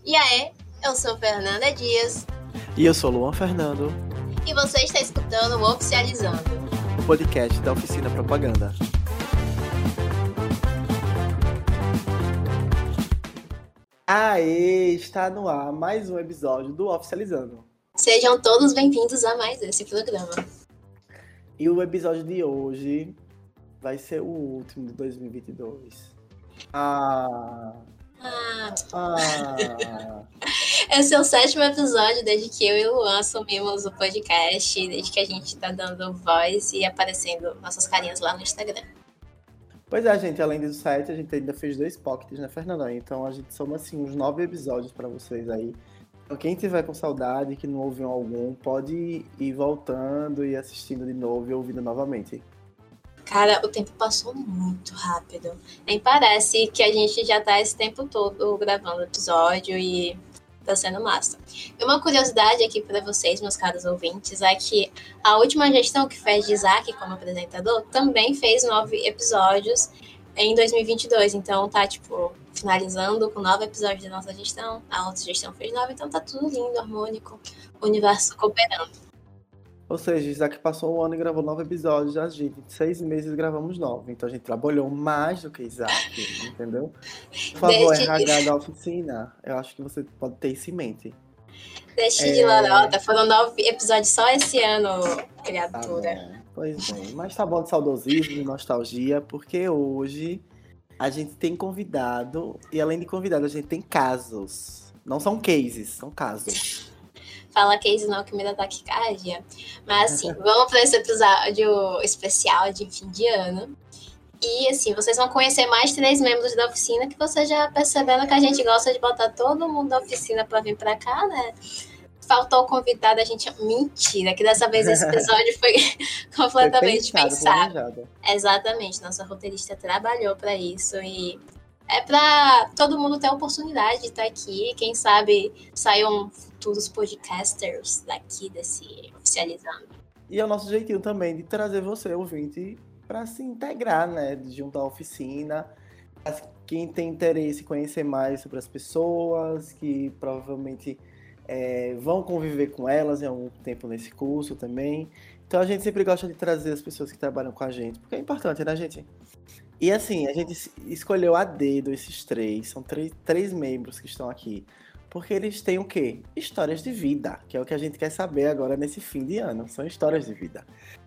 E aí, eu sou Fernanda Dias. E eu sou Luan Fernando. E você está escutando o Oficializando, o podcast da Oficina Propaganda. Aê, está no ar mais um episódio do Oficializando. Sejam todos bem-vindos a mais esse programa. E o episódio de hoje vai ser o último de 2022. Esse é o 7º episódio desde que eu e o Luan assumimos o podcast, desde que a gente tá dando voz e aparecendo nossas carinhas lá no Instagram. Pois é, gente, além do site, a gente ainda fez 2 pockets, né, Fernanda? Então a gente soma, assim, uns 9 episódios para vocês aí. Então quem tiver com saudade, que não ouviu algum, pode ir voltando e assistindo de novo e ouvindo novamente. Cara, o tempo passou muito rápido. Nem parece que a gente já tá esse tempo todo gravando episódio e tá sendo massa. E uma curiosidade aqui para vocês, meus caros ouvintes, é que a última gestão que fez de Isaac como apresentador também fez 9 episódios em 2022. Então tá, finalizando com 9 episódios da nossa gestão. A outra gestão fez 9, então tá tudo lindo, harmônico, o universo cooperando. Ou seja, Isaac passou um ano e gravou 9 episódios, a gente, em 6 meses gravamos 9. Então a gente trabalhou mais do que Isaac, entendeu? Por favor, RH da oficina, eu acho que você pode ter isso em mente. Deixe de lorota, foram 9 episódios só esse ano, criatura. Tá, pois bem, mas tá bom de saudosismo, de nostalgia, porque hoje a gente tem convidado, e além de convidado, a gente tem casos. Não são cases, são casos. Fala case não, que me dá taquicardia. Mas assim, vamos para esse episódio especial de fim de ano. E assim, vocês vão conhecer mais 3 membros da oficina, que vocês já perceberam que a gente gosta de botar todo mundo da oficina para vir para cá, né? Faltou o convidado, a gente... Mentira, que dessa vez esse episódio foi completamente pensado. Exatamente, nossa roteirista trabalhou para isso e é para todo mundo ter a oportunidade de estar aqui. Quem sabe saiam futuros podcasters daqui desse Oficializando. E é o nosso jeitinho também de trazer você, ouvinte, para se integrar, né? De juntar a oficina. Quem tem interesse em conhecer mais sobre as pessoas, que provavelmente vão conviver com elas em algum tempo nesse curso também. Então a gente sempre gosta de trazer as pessoas que trabalham com a gente, porque é importante, né, gente? E assim, a gente escolheu a dedo esses 3, são 3 membros que estão aqui, porque eles têm o quê? Histórias de vida, que é o que a gente quer saber agora nesse fim de ano, são histórias de vida.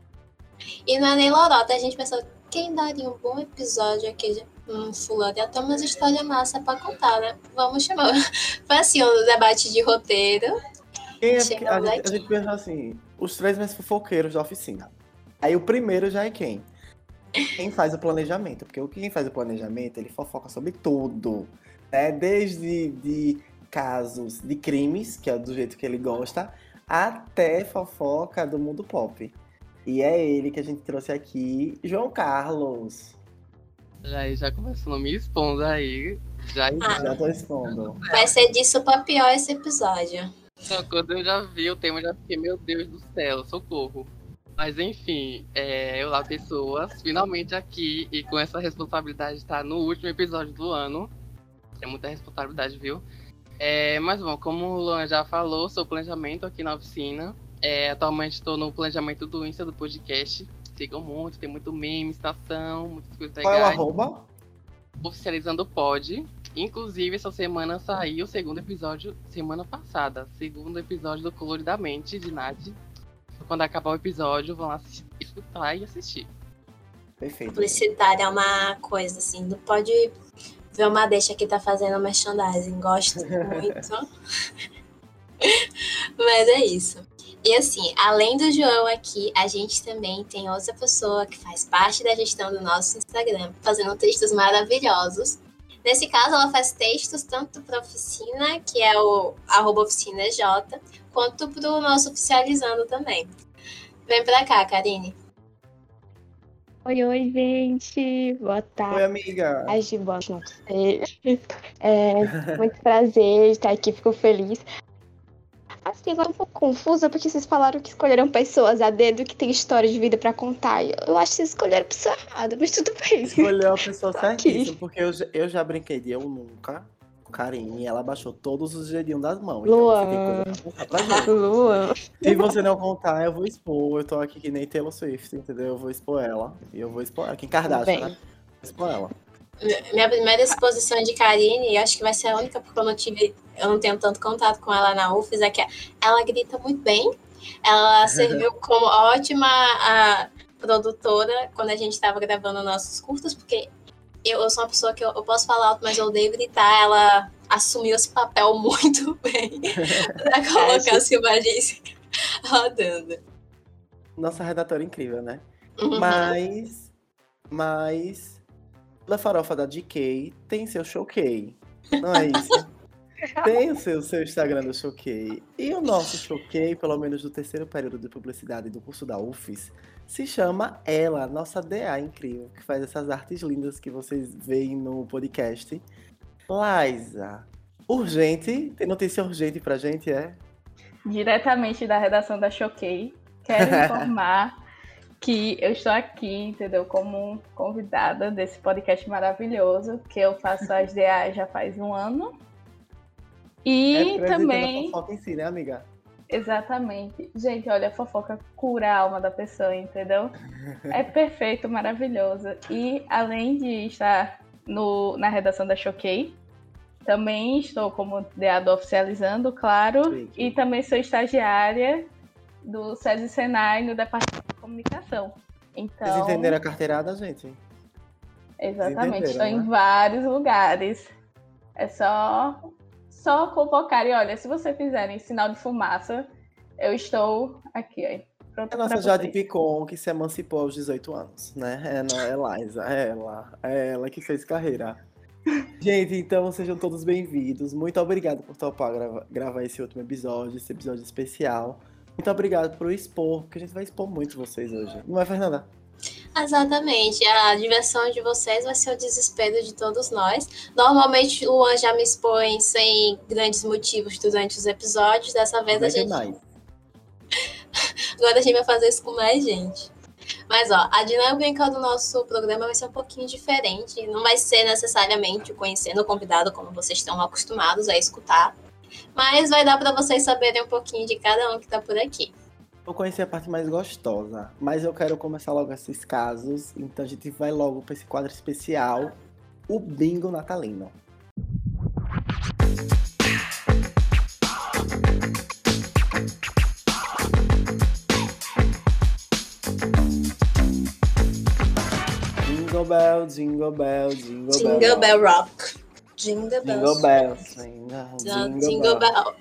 E não é nem lorota, a gente pensou, quem daria um bom episódio aqui de fulano, já tem umas histórias massa pra contar, né? Vamos chamar. Foi assim, um debate de roteiro. A gente pensou assim, os 3 mais fofoqueiros da oficina. Aí o primeiro já é quem? Quem faz o planejamento, porque quem faz o planejamento, ele fofoca sobre tudo, né? Desde de casos de crimes, que é do jeito que ele gosta, até fofoca do mundo pop. E é ele que a gente trouxe aqui, João Carlos. Já começou me expondo aí. Já tô expondo. Vai ser disso pra pior esse episódio. Então, quando eu já vi o tema, eu já fiquei, meu Deus do céu, socorro. Mas enfim, eu lá, pessoas, finalmente aqui e com essa responsabilidade de estar no último episódio do ano. É muita responsabilidade, viu? Mas bom, como o Luan já falou, sou planejamento aqui na oficina. Atualmente estou no planejamento do Insta do podcast. Sigam muito, tem muito meme, citação, muitas coisas legais. Qual é o arroba? Oficializando Pod. Inclusive, essa semana saiu o 2º episódio, semana passada. 2º episódio do Coloridamente, de Nath. Quando acabar o episódio, vão lá escutar e assistir. Perfeito. Publicitária é uma coisa assim, não pode ver uma deixa que tá fazendo merchandising. Gosto muito. Mas é isso. E assim, além do João aqui, a gente também tem outra pessoa que faz parte da gestão do nosso Instagram, fazendo textos maravilhosos. Nesse caso, ela faz textos tanto para a oficina, que é o @oficinaj, quanto para o nosso Oficializando também. Vem pra cá, Karine. Oi, gente. Boa tarde. Oi, amiga. Boa noite. Muito prazer estar aqui, fico feliz. Assim, agora eu tô um pouco confusa, porque vocês falaram que escolheram pessoas a dedo que tem história de vida pra contar. Eu acho que vocês escolheram a pessoa errada, mas tudo bem. Escolheu a pessoa certíssima, porque eu já brinquei de eu nunca Karine e ela baixou todos os dedinhos das mãos. Então você tem coisa pra contar pra gente. Luan. Se você não contar, eu vou expor. Eu tô aqui que nem Taylor Swift, entendeu? Eu vou expor ela. E eu vou expor ela. Kim Kardashian, né? Vou expor ela. Minha primeira exposição de Karine, e acho que vai ser a única porque eu não tenho tanto contato com ela na UFES, é que ela grita muito bem. Ela serviu como ótima produtora quando a gente estava gravando nossos curtas, porque eu sou uma pessoa que eu posso falar alto, mas eu odeio gritar. Ela assumiu esse papel muito bem pra colocar as filmagens rodando. Nossa redatora incrível, né? Uhum. Mas a farofa da GK tem seu showcase, não é isso? Tem o seu Instagram do showcase. E o nosso showcase, pelo menos do terceiro período de publicidade do curso da UFES, se chama ela, nossa DA incrível, que faz essas artes lindas que vocês veem no podcast. Liza, urgente, tem notícia urgente pra gente, é? Diretamente da redação da Choquei, quero informar que eu estou aqui, entendeu, como convidada desse podcast maravilhoso, que eu faço as DA já faz um ano. E também... a fofoca em si, né, amiga? Exatamente. Gente, olha, a fofoca cura a alma da pessoa, entendeu? É perfeito, maravilhoso. E além de estar na redação da Choquei, também estou como DA do Oficializando, claro, Sim. E também sou estagiária do SESI Senai no Departamento de Comunicação. Então, Vocês entenderam a carteirada, gente? Exatamente, estou né? em vários lugares. É só convocar. E olha, se vocês fizerem sinal de fumaça, eu estou aqui, ó. É a nossa Jade Picon, que se emancipou aos 18 anos, né? É Liza, é ela que fez carreira. Gente, então sejam todos bem-vindos. Muito obrigado por topar gravar esse último episódio, esse episódio especial. Muito obrigado por expor, porque a gente vai expor muito vocês hoje. Não é, Fernanda? Exatamente. A diversão de vocês vai ser o desespero de todos nós. Normalmente o Luan já me expõe sem grandes motivos durante os episódios. Dessa vez a gente... Agora a gente vai fazer isso com mais gente. Mas, ó, a dinâmica do nosso programa vai ser um pouquinho diferente. Não vai ser necessariamente conhecendo o convidado, como vocês estão acostumados a escutar. Mas vai dar para vocês saberem um pouquinho de cada um que tá por aqui. Vou conhecer a parte mais gostosa, mas eu quero começar logo esses casos. Então a gente vai logo para esse quadro especial, o Bingo Natalino. Jingle bell, jingle bell, jingle bell. Jingle bell rock. Jingle bell. Jingle bell.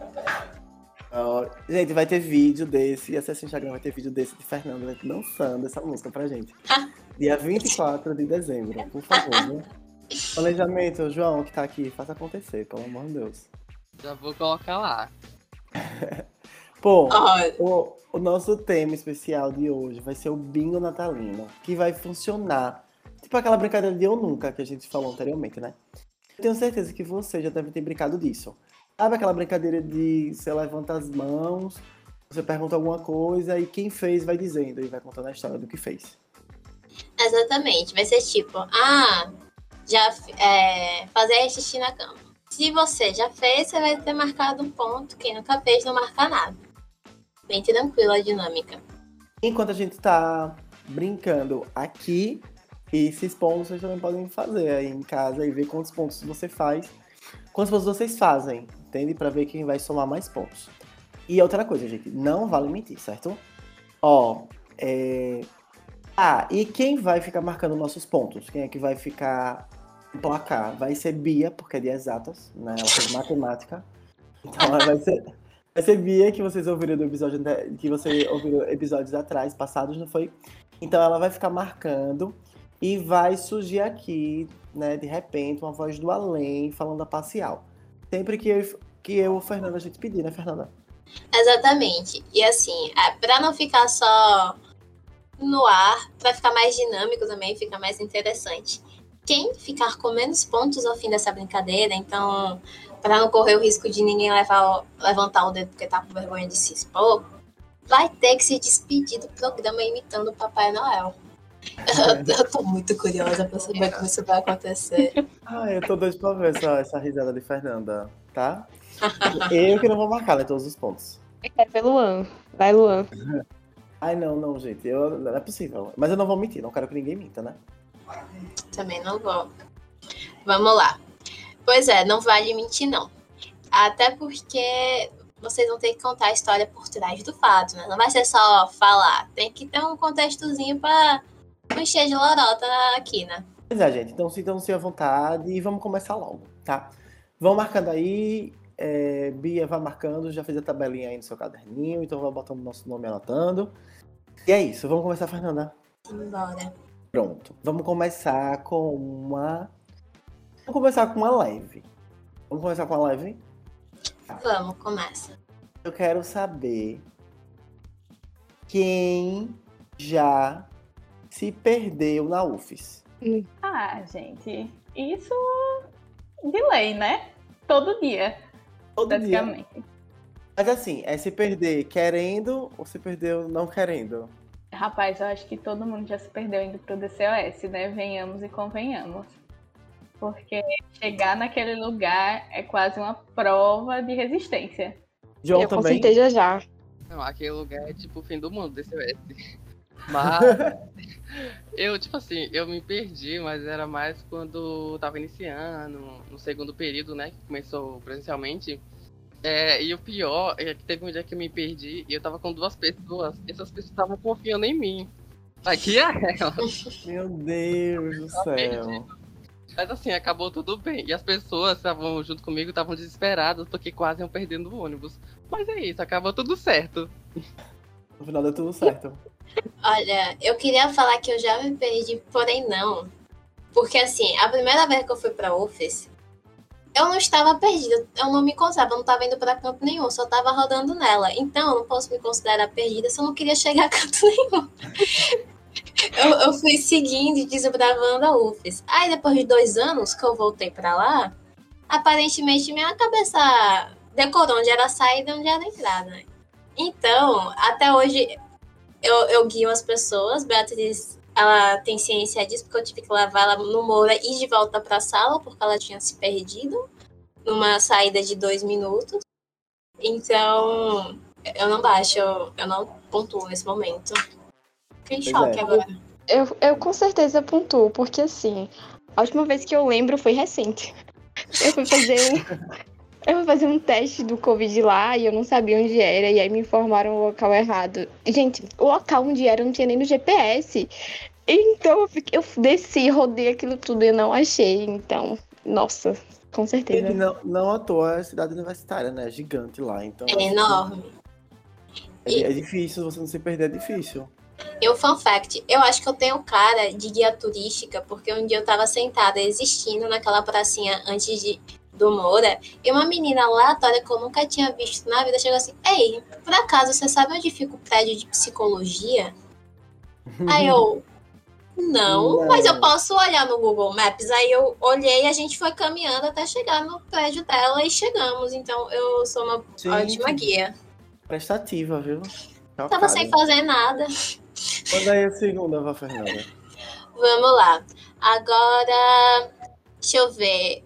Gente, vai ter vídeo desse, acesse o Instagram, vai ter vídeo desse de Fernanda dançando essa música pra gente. Dia 24 de dezembro, por favor, né? Planejamento, João, que tá aqui, faça acontecer, pelo amor de Deus. Já vou colocar lá. Pô, o nosso tema especial de hoje vai ser o Bingo Natalino, que vai funcionar tipo aquela brincadeira de Eu Nunca que a gente falou anteriormente, né? Eu tenho certeza que você já deve ter brincado disso. Sabe aquela brincadeira de você levanta as mãos, você pergunta alguma coisa e quem fez vai dizendo e vai contando a história do que fez. Exatamente, vai ser tipo, fazer xixi na cama. Se você já fez, você vai ter marcado um ponto, quem nunca fez não marca nada. Bem tranquila a dinâmica. Enquanto a gente tá brincando aqui e se expondo, vocês também podem fazer aí em casa e ver quantos pontos você faz. Quantos pontos vocês fazem, entende? Pra ver quem vai somar mais pontos. E outra coisa, gente, não vale mentir, certo? E quem vai ficar marcando nossos pontos? Quem é que vai ficar no placar? Vai ser Bia, porque é de exatas, né? Ela fez matemática. Então ela vai ser Bia, que vocês ouviram do episódio, que você ouviu episódios atrás, passados, não foi? Então ela vai ficar marcando e vai surgir aqui, né, de repente, uma voz do além falando a parcial. Sempre que eu e o Fernanda a gente pedir, né, Fernanda? Exatamente. E assim, pra não ficar só no ar, pra ficar mais dinâmico também, fica mais interessante. Quem ficar com menos pontos ao fim dessa brincadeira, então, pra não correr o risco de ninguém levantar o dedo porque tá com vergonha de se expor, vai ter que se despedir do programa imitando o Papai Noel. Eu tô muito curiosa pra saber como isso vai acontecer. Eu tô doido pra ver essa risada de Fernanda, tá? Eu que não vou marcar, né, todos os pontos. Eu quero ver Luan. Vai, Luan. Ai, não, gente. Não é possível. Mas eu não vou mentir, não quero que ninguém minta, né? Também não vou. Vamos lá. Pois é, não vale mentir, não. Até porque vocês vão ter que contar a história por trás do fato, né? Não vai ser só falar. Tem que ter um contextozinho pra não encher de lorota aqui, né? Pois é, gente. Então sintam-se à vontade e vamos começar logo, tá? Vão marcando aí. Bia vai marcando, já fez a tabelinha aí no seu caderninho, então vai botando o nosso nome anotando. E é isso, vamos começar, Fernanda. Embora. Pronto. Vamos começar com uma live. Vamos começar com a live? Vamos, começa. Eu quero saber quem já se perdeu na UFES. Gente, isso de lei, né? Todo dia, Todo dia. praticamente. Mas assim, é se perder querendo ou se perdeu não querendo? Rapaz, eu acho que todo mundo já se perdeu indo pro DCOS, né? Venhamos e convenhamos. Porque chegar naquele lugar é quase uma prova de resistência. João Eu com também? certeza já. Não, aquele lugar é tipo o fim do mundo desse OS. Mas eu, tipo assim, eu me perdi, mas era mais quando eu tava iniciando, no segundo período, né? Que começou presencialmente. E o pior é que teve um dia que eu me perdi e eu tava com 2 pessoas. E essas pessoas estavam confiando em mim. Aqui é ela. Meu Deus do céu. Mas assim, acabou tudo bem. E as pessoas que estavam junto comigo estavam desesperadas, porque quase iam perdendo o ônibus. Mas é isso, acabou tudo certo. No final deu tudo certo. Olha, eu queria falar que eu já me perdi, porém não. Porque assim, a primeira vez que eu fui pra UFES, eu não estava perdida, eu não me encontrava, eu não estava indo pra canto nenhum, só estava rodando nela. Então, eu não posso me considerar perdida se eu não queria chegar a canto nenhum. Eu fui seguindo e desbravando a UFES. Aí, depois de 2 anos que eu voltei pra lá, aparentemente minha cabeça decorou onde era a saída e onde era a entrada. Então, até hoje, eu guio as pessoas. Beatriz, ela tem ciência disso, porque eu tive que levar ela no Moura e de volta pra sala, porque ela tinha se perdido numa saída de 2 minutos. Então, eu não baixo, eu não pontuo nesse momento. Fiquei em Pois choque é. agora. Eu com certeza pontuo, porque assim, a última vez que eu lembro foi recente. Eu fui fazer um teste do Covid lá e eu não sabia onde era, e aí me informaram o local errado. Gente, o local onde era não tinha nem no GPS. Então eu desci, rodei aquilo tudo e eu não achei. Então, nossa, com certeza. E não à toa é cidade universitária, né? É gigante lá. Então, É enorme. É difícil, você não se perder é difícil. E o fun fact, eu acho que eu tenho cara de guia turística, porque um dia eu tava sentada existindo naquela pracinha antes do Moura, e uma menina aleatória que eu nunca tinha visto na vida chegou assim: Ei, por acaso você sabe onde fica o prédio de psicologia? Aí eu, não, mas eu posso olhar no Google Maps. Aí eu olhei e a gente foi caminhando até chegar no prédio dela e chegamos. Então eu sou uma ótima guia. Prestativa, viu? Tava sem fazer nada. Manda aí a segunda, Vá Fernanda. Vamos lá. Agora, deixa eu ver.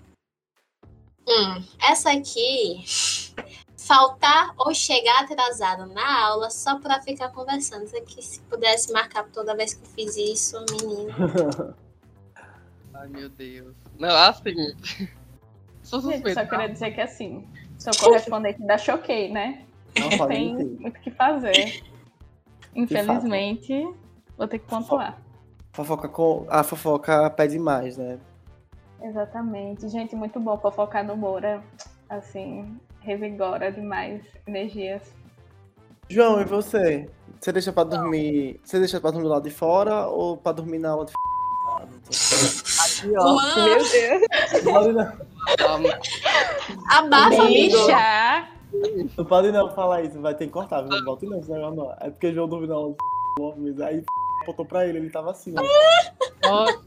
Essa aqui. Faltar ou chegar atrasado na aula só pra ficar conversando. Isso aqui, se pudesse marcar toda vez que eu fiz isso, menino. Ai, meu Deus. Não, assim. Sou Gente, suspeita. só queria dizer que assim, sou correspondente da Choquei, né? Não Não falei tem mentira. muito o que fazer. Infelizmente, vou ter que pontuar. A fofoca pede mais, né? Exatamente. Gente, muito bom fofocar no Moura. Assim, revigora demais energias. João, e você? Você deixa pra dormir. Você deixa pra dormir lá de fora ou pra dormir na aula de Aqui, ó. Meu Deus. Não pode não. Abafa, amigo. Deixar. Não pode não falar isso, vai ter que cortar, viu? Não bote não, esse negócio não. É porque João dormiu na aula de aí botou pra ele tava assim, ó. Ó,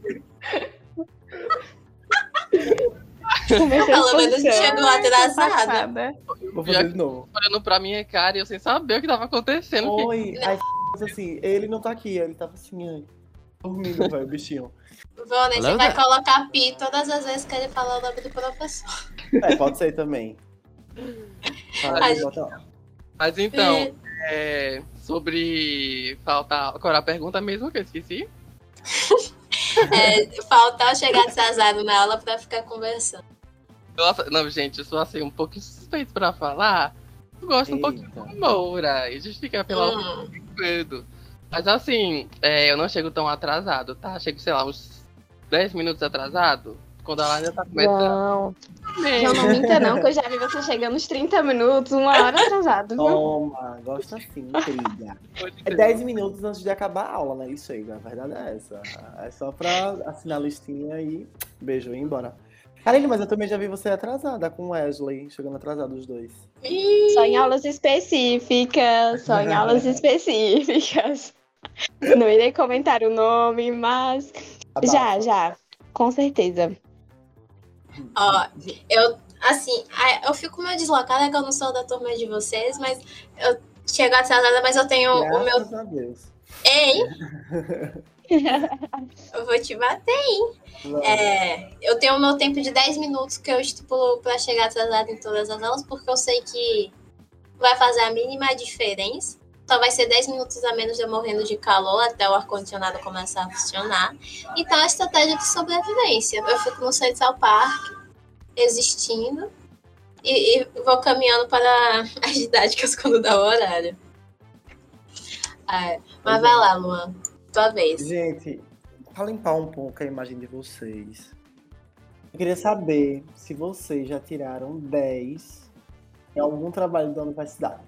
Pelo menos chegou atrasada. Passada. Vou fazer de novo. olhando pra minha cara e eu sem saber o que tava acontecendo. Oi, aí assim, ele não tá aqui, ele tava assim, aí. Dormindo, velho, bichinho. Vone, você vai colocar pi todas as vezes que ele falar o nome do professor. Pode ser também. Fala aí, bota lá. Mas então, sobre faltar. Qual era a pergunta mesmo que eu esqueci? Faltar chegar atrasado na aula pra ficar conversando. Nossa, não, gente, eu sou assim um pouquinho suspeito pra falar. Eu gosto um pouquinho de Moura. E a gente fica pela medo. Mas assim, eu não chego tão atrasado, tá? Chego, sei lá, uns 10 minutos atrasado. Quando ela ainda tá começando. Não minta não, que eu já vi você chegando uns 30 minutos, 1 hora atrasado. Viu? Toma, gosta assim, intriga. É 10 minutos antes de acabar a aula, né? Isso aí, a verdade é essa. É só pra assinar a listinha e beijo e ir embora. Karine, mas eu também já vi você atrasada com o Wesley, chegando atrasado os dois. Só em aulas específicas, Não irei comentar o nome, mas já, com certeza. Ó, eu fico meio deslocada que eu não sou da turma de vocês, mas eu chego atrasada, mas eu tenho Graças a Deus. Ei! Eu vou te bater, hein? Eu tenho o meu tempo de 10 minutos que eu estipulo pra chegar atrasada em todas as aulas, porque eu sei que vai fazer a mínima diferença. Só vai ser 10 minutos a menos de eu morrendo de calor até o ar-condicionado começar a funcionar. Então, a estratégia de sobrevivência. Eu fico no Central Park, existindo, e vou caminhando para as didáticas quando dá o horário. Mas vai lá, Luan. Tua vez. Gente, pra limpar um pouco a imagem de vocês, eu queria saber se vocês já tiraram 10 em algum trabalho da universidade.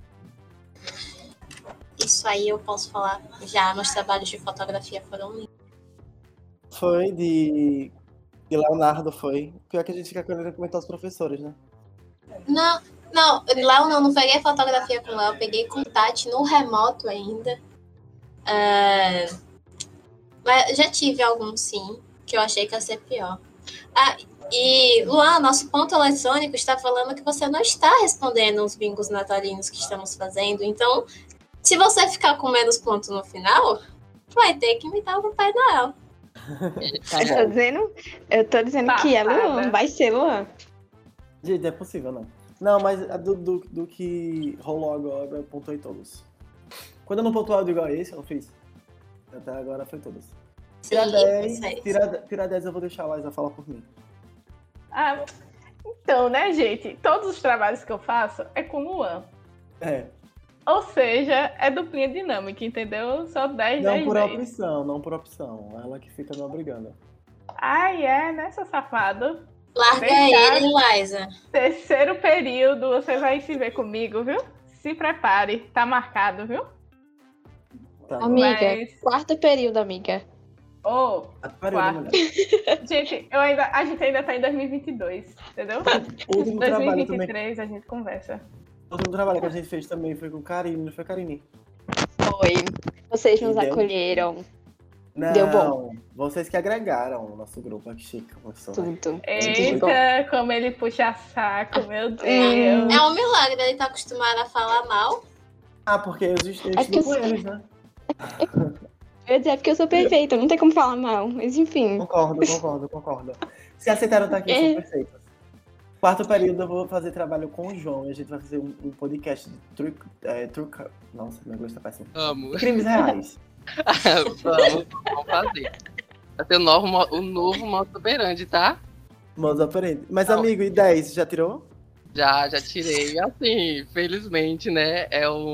Isso aí eu posso falar. Já meus trabalhos de fotografia foram lindos. Foi de Leonardo, foi. Pior que a gente fica querendo comentar os professores, né? Não, Léo não peguei fotografia com Léo, peguei com Tati no remoto ainda. Mas já tive algum, sim, que eu achei que ia ser pior. E, Luan, nosso ponto eletrônico está falando que você não está respondendo os bingos natalinos que estamos fazendo. Então, se você ficar com menos ponto no final, vai ter que imitar o Papai Noel. Eu tô dizendo que é Luan, vai ser Luan. Gente, não é possível, não. Não, mas do que rolou agora, eu pontuei todos. Quando eu não pontuar, eu digo, esse eu não fiz. Até agora foi todos. Tira 10, eu vou deixar a Laísa falar por mim. Então, né, gente? Todos os trabalhos que eu faço é com o Luan. Ou seja, é duplinha dinâmica, entendeu? Só 10, não 10, por 10. opção, não por opção. Ela que fica me obrigando. Né, seu safado? Larga ele, Laísa. Terceiro período, você vai se ver comigo, viu? Se prepare, tá marcado, viu? Tá, amiga, quarto período, amiga. Quarto. Gente, a gente ainda tá em 2022, entendeu? O último 2023 a gente conversa. O último trabalho que a gente fez também foi com Karine, não foi, Karine? Foi. Vocês nos acolheram. Não, deu bom. Vocês que agregaram o nosso grupo aqui, Chico. Tudo. Eita, como ele puxa saco, meu Deus. É um milagre, ele tá acostumado a falar mal. Porque eu estou com eles, né? Eu ia dizer porque eu sou perfeita, não tem como falar mal, mas enfim. Concordo. Se aceitaram estar aqui, são perfeitas. Quarto período eu vou fazer trabalho com o João e a gente vai fazer um podcast de Nossa, meu inglês tá péssimo. Amo. Crimes reais. Vamos fazer. Vai ter o novo modo operandi, tá? Modo operandi. Mas, amigo, e 10, já tirou? Já tirei. Assim, felizmente, né?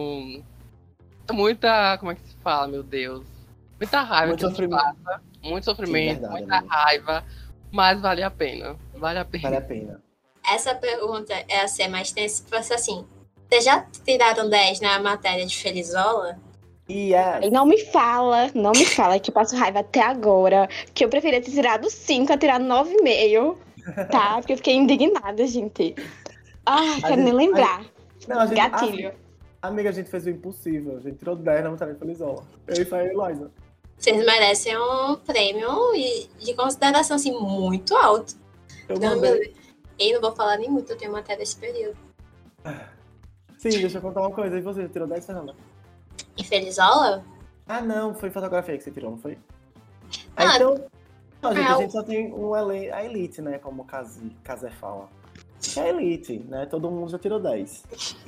Muita. Como é que se fala, meu Deus? Muita raiva Muito que sofrimento. Passa. Muito sofrimento, sim, verdade, muita raiva. Mas vale a pena. Vale a pena. Essa pergunta é a ser mais tensa. Assim, vocês já tiraram 10 na matéria de Felizola? Yes. Não me fala que eu passo raiva até agora. Que eu preferia ter tirado 5 a tirar 9,5. Tá? Porque eu fiquei indignada, gente. Quero nem lembrar. Gatilho. Amiga, a gente fez o impossível. A gente tirou 10 na matéria de Felizola. Isso aí, Laísa. Vocês merecem um prêmio de consideração, assim, muito alto. Eu não vou falar nem muito, eu tenho matéria desse período. Sim, deixa eu contar uma coisa. E você tirou 10, Fernanda? Em Felizola? Não, foi fotografia que você tirou, não foi? Então, não, gente, Ah, a gente só tem a elite, né? Como o Casé fala. É a elite, né? Todo mundo já tirou 10.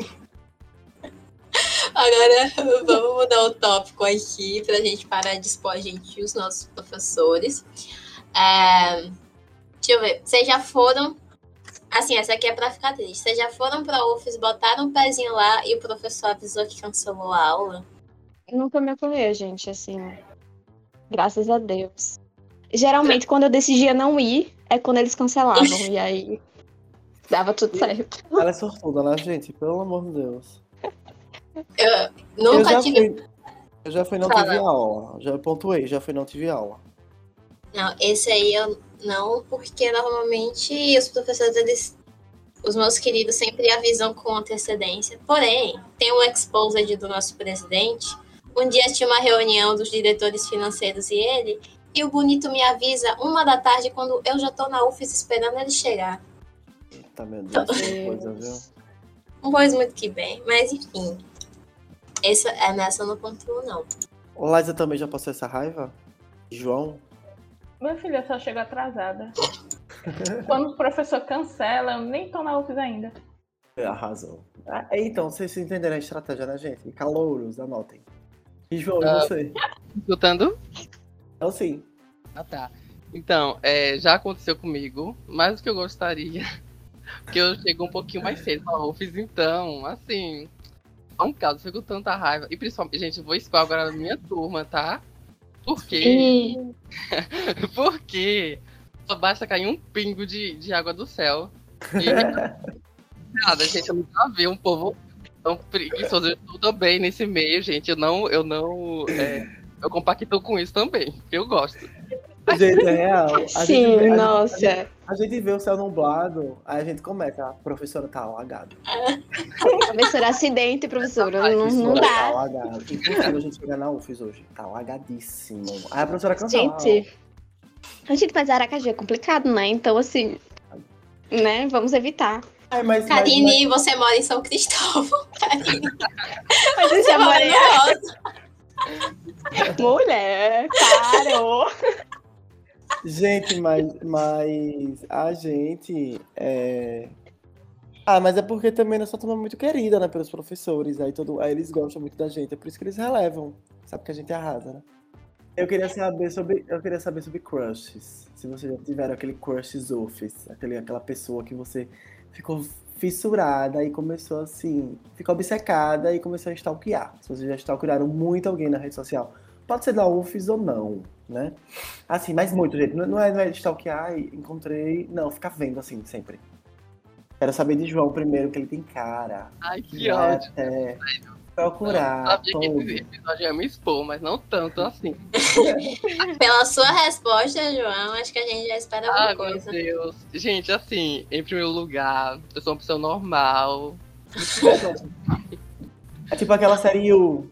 Agora vamos mudar o tópico aqui pra gente parar de expor a gente e os nossos professores. Deixa eu ver. Vocês já foram. Assim, essa aqui é pra ficar triste. Vocês já foram pra UFES, botaram um pezinho lá e o professor avisou que cancelou a aula? Nunca me ocorreu, gente, assim. Graças a Deus. Geralmente, quando eu decidia não ir, é quando eles cancelavam. E aí, dava tudo certo. Ela é sortuda, né, gente? Pelo amor de Deus. Eu nunca tive. Eu já fui, não Fala. tive aula. Já pontuei, já fui, não tive aula. Não, esse aí eu não, porque normalmente os professores, os meus queridos, sempre avisam com antecedência. Porém, tem o exposed do nosso presidente. Um dia tinha uma reunião dos diretores financeiros e o bonito me avisa 1h da tarde, quando eu já tô na UFES esperando ele chegar. Eita, meu Deus, que coisa, viu? Não pois muito que bem, mas enfim. Nessa eu não pontuo, não. O Liza também já passou essa raiva? João? Minha filha só chegou atrasada. Quando o professor cancela, eu nem tô na UFES ainda. Arrasou. Então, vocês entenderam a estratégia, né, gente? Calouros, anotem. E João, e você? Escutando? Então, sim. Ah, tá. Então, já aconteceu comigo, mais do que eu gostaria. Porque eu chego um pouquinho mais cedo na UFES, então, assim, é um caso, eu fico com tanta raiva. E principalmente, gente, eu vou expor agora na minha turma, tá? Por quê? Porque só basta cair um pingo de água do céu. E nada, gente, eu nunca vi um povo tão preguiçoso. Eu tô bem nesse meio, gente. Eu compacto com isso também, porque eu gosto. Gente, é real. Sim, nossa. A gente vê o céu nublado, aí a gente começa, a professora tá alagada. Professora, acidente, professora. Não Professora tá dá. alagada. Inclusive, a gente chega na UFES hoje, tá alagadíssimo. Aí a professora cancela. Gente, mas Aracaju é complicado, né? Então, assim, né? Vamos evitar. Karine, você mora em São Cristóvão. Karine. Mas Você esse mora no Rosa. Mulher, parou. Gente, mas a gente mas é porque também nós somos muito querida, né, pelos professores. Aí eles gostam muito da gente, é por isso que eles relevam. Sabe que a gente arrasa, né? Eu queria saber sobre crushes. Se vocês já tiveram aquele crushes office, aquela pessoa que você ficou fissurada e começou assim, ficou obcecada e começou a stalkear. Se vocês já stalkearam muito alguém na rede social, pode ser da UFES ou não, né? Assim, mas muito, gente. Não é stalkear e encontrei. Não, ficar vendo assim, sempre. Quero saber de João primeiro, que ele tem cara. Ai, que ódio. Procurar. Eu sabia que esse episódio ia me expor, mas não tanto assim. Pela sua resposta, João, acho que a gente já espera alguma coisa. Meu Deus. Gente, assim, em primeiro lugar, eu sou uma pessoa normal. É tipo aquela série U.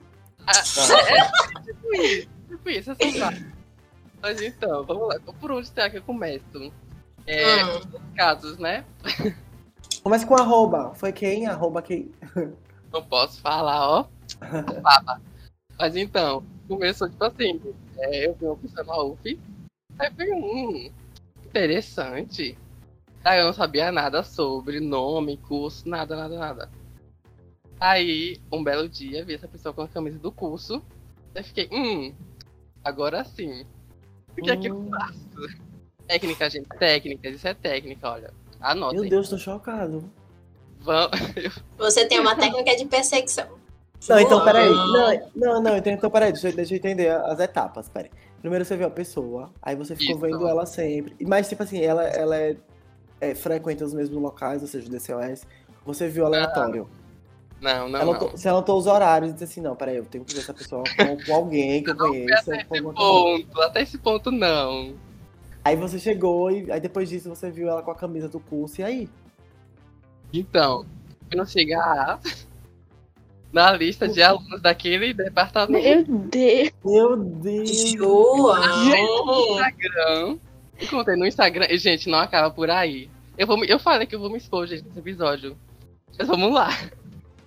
Tipo isso, assim, lá. Mas então, vamos lá. Por onde será que eu começo? Casos, né? Começa com arroba. Foi quem? Arroba quem? Não posso falar, ó. Fala. Mas então, começou tipo assim, eu vi uma pessoa na UF, aí eu falei, interessante. Aí eu não sabia nada sobre nome, curso, nada. Aí, um belo dia, vi essa pessoa com a camisa do curso, aí fiquei, agora sim. O que é que eu faço? Técnica, gente, isso é técnica, olha. Anota. Meu Deus, tô chocado. Você tem uma técnica de perseguição. Não, então peraí. Então peraí, deixa eu entender as etapas, peraí. Primeiro você viu a pessoa, aí você ficou vendo ela sempre. Mas, tipo assim, ela frequenta os mesmos locais, ou seja, o DCOS. Você viu aleatório. Não. Você anotou os horários e disse assim, não, peraí, eu tenho que ver essa pessoa com alguém que eu conheço. Até esse ponto, não. Aí você chegou e aí depois disso você viu ela com a camisa do curso, e aí? Então, eu não chegar na lista de alunos daquele departamento. Meu Deus! João! No Instagram. Encontrei no Instagram. E, gente, não acaba por aí. Eu falei que eu vou me expor, gente, nesse episódio. Mas vamos lá.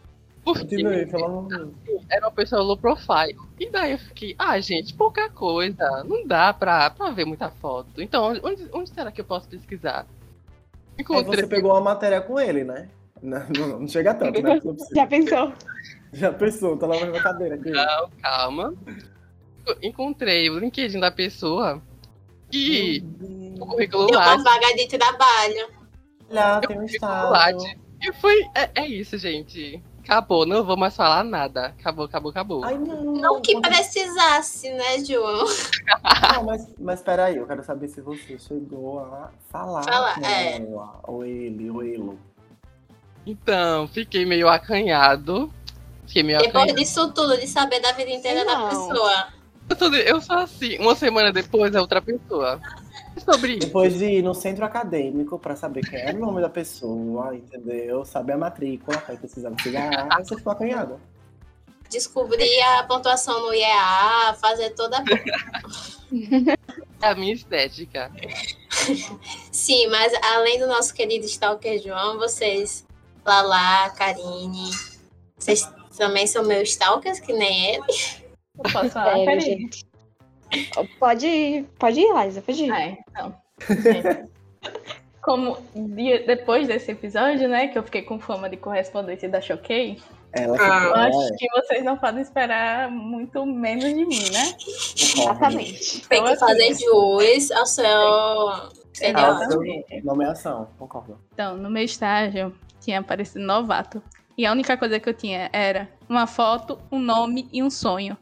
Porque Continue, pelo amor de Deus. era uma pessoa low profile. E daí eu fiquei, gente, pouca coisa. Não dá pra ver muita foto. Então, onde será que eu posso pesquisar? Aí Encontrei. você pegou uma matéria com ele, né? Não chega tanto, né? Não precisa. Já pensou? Já pensou, tá lá na cadeira. Aqui. Não, calma. Encontrei o LinkedIn da pessoa e o currículo Deu uma Lattes. vaga de trabalho. Lá tem um estado. E foi. É isso, gente. Acabou, não vou mais falar nada. Acabou. Ai, não. Não que precisasse, né, João? Não, mas peraí, eu quero saber se você chegou a falar com ela, ou ele, ou ele. Então, fiquei meio acanhado. Depois disso tudo, de saber da vida inteira da Não. pessoa. Eu sou assim, uma semana depois é outra pessoa. Sobre isso. Depois de ir no centro acadêmico pra saber quem é o nome da pessoa, entendeu? Saber a matrícula, aí precisar investigar, aí você ficou acanhada. Descobrir a pontuação no IEA, fazer toda É a minha estética. Sim, mas além do nosso querido Stalker João, vocês, Lala, Karine, vocês também são meus stalkers, que nem ele. Eu posso falar, Sério, Karine? gente. Pode ir, Liza, pode ir. Então. Gente, como depois desse episódio, né, que eu fiquei com fama de correspondente da Choquei, Ela eu acho ficou, que vocês não podem esperar muito menos de mim, né? Exatamente. Tem Então, que fazer assim, jus ao seu Exatamente. Nomeação, concordo. Então, no meu estágio, tinha aparecido novato. E a única coisa que eu tinha era uma foto, um nome e um sonho.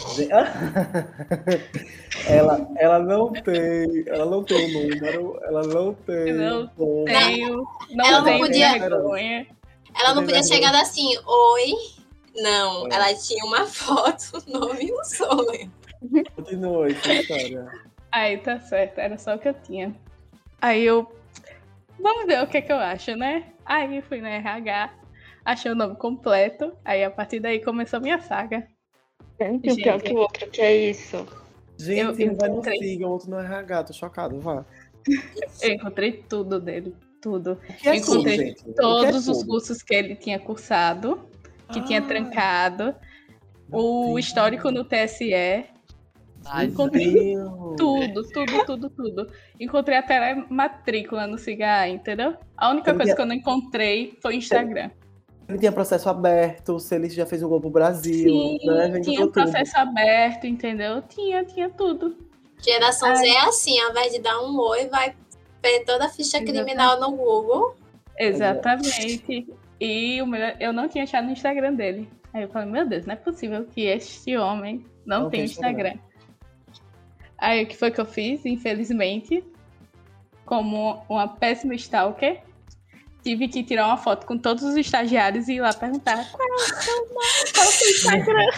Ela não tem o número, ela não tem. Não como. Ela não tenho podia- vergonha. Ela não podia chegar assim, oi. Não, É. ela tinha uma foto, nome e um sonho. Continua essa história. Aí tá certo, era só o que eu tinha. Aí eu. Vamos ver o que é que eu acho, né? Aí fui na RH, achei o nome completo. Aí a partir daí começou a minha saga. Um pior que o outro, que é isso. Gente, Eu um vai no encontrei. Siga, o outro no RH, tô chocado, vá. Eu encontrei tudo dele, tudo. O que é Eu encontrei tudo, gente? O que é Todos os tudo? cursos que ele tinha cursado, que tinha Ah, trancado, meu o Deus. histórico no TSE, Ai, Meu encontrei Deus. tudo. Encontrei até a matrícula no CIGA, entendeu? A única Ele coisa tinha- que eu não encontrei foi o Instagram. Ele tinha processo aberto, se ele já fez um gol pro Brasil, Sim, né? Gente, tinha tudo. processo aberto, entendeu? Tinha tudo. Geração Z é assim, ao invés de dar um oi, vai ver toda a ficha Exatamente. criminal no Google. Exatamente. E o melhor, eu não tinha achado no Instagram dele. Aí eu falei, meu Deus, não é possível que este homem não tenha Instagram. Aí o que foi que eu fiz? Infelizmente, como uma péssima stalker, tive que tirar uma foto com todos os estagiários e ir lá perguntar qual é o seu nome, qual é o seu Instagram.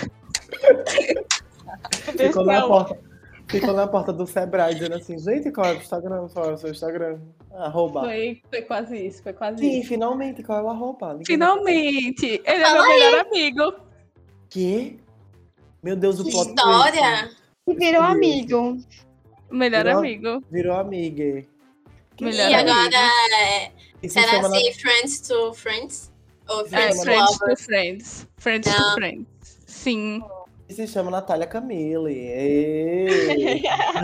Ficou na porta do Sebrae dizendo assim, gente, qual é o Instagram? Qual é o seu Instagram? Arroba. Foi quase isso, foi quase Sim, isso. finalmente, qual é o arroba? Ninguém Finalmente! Ele é Fala meu melhor amigo. Que? Meu Deus, o Que plot história! E virou amigo. Melhor Virou- amigo. virou amiga. Melhor E amigo. agora, E se será chama na- assim, Friends to Friends? Ou É, Friends to Friends Lovers? to Friends. Friends to Não. Friends. Sim. e se chama Natália Camille. Ê!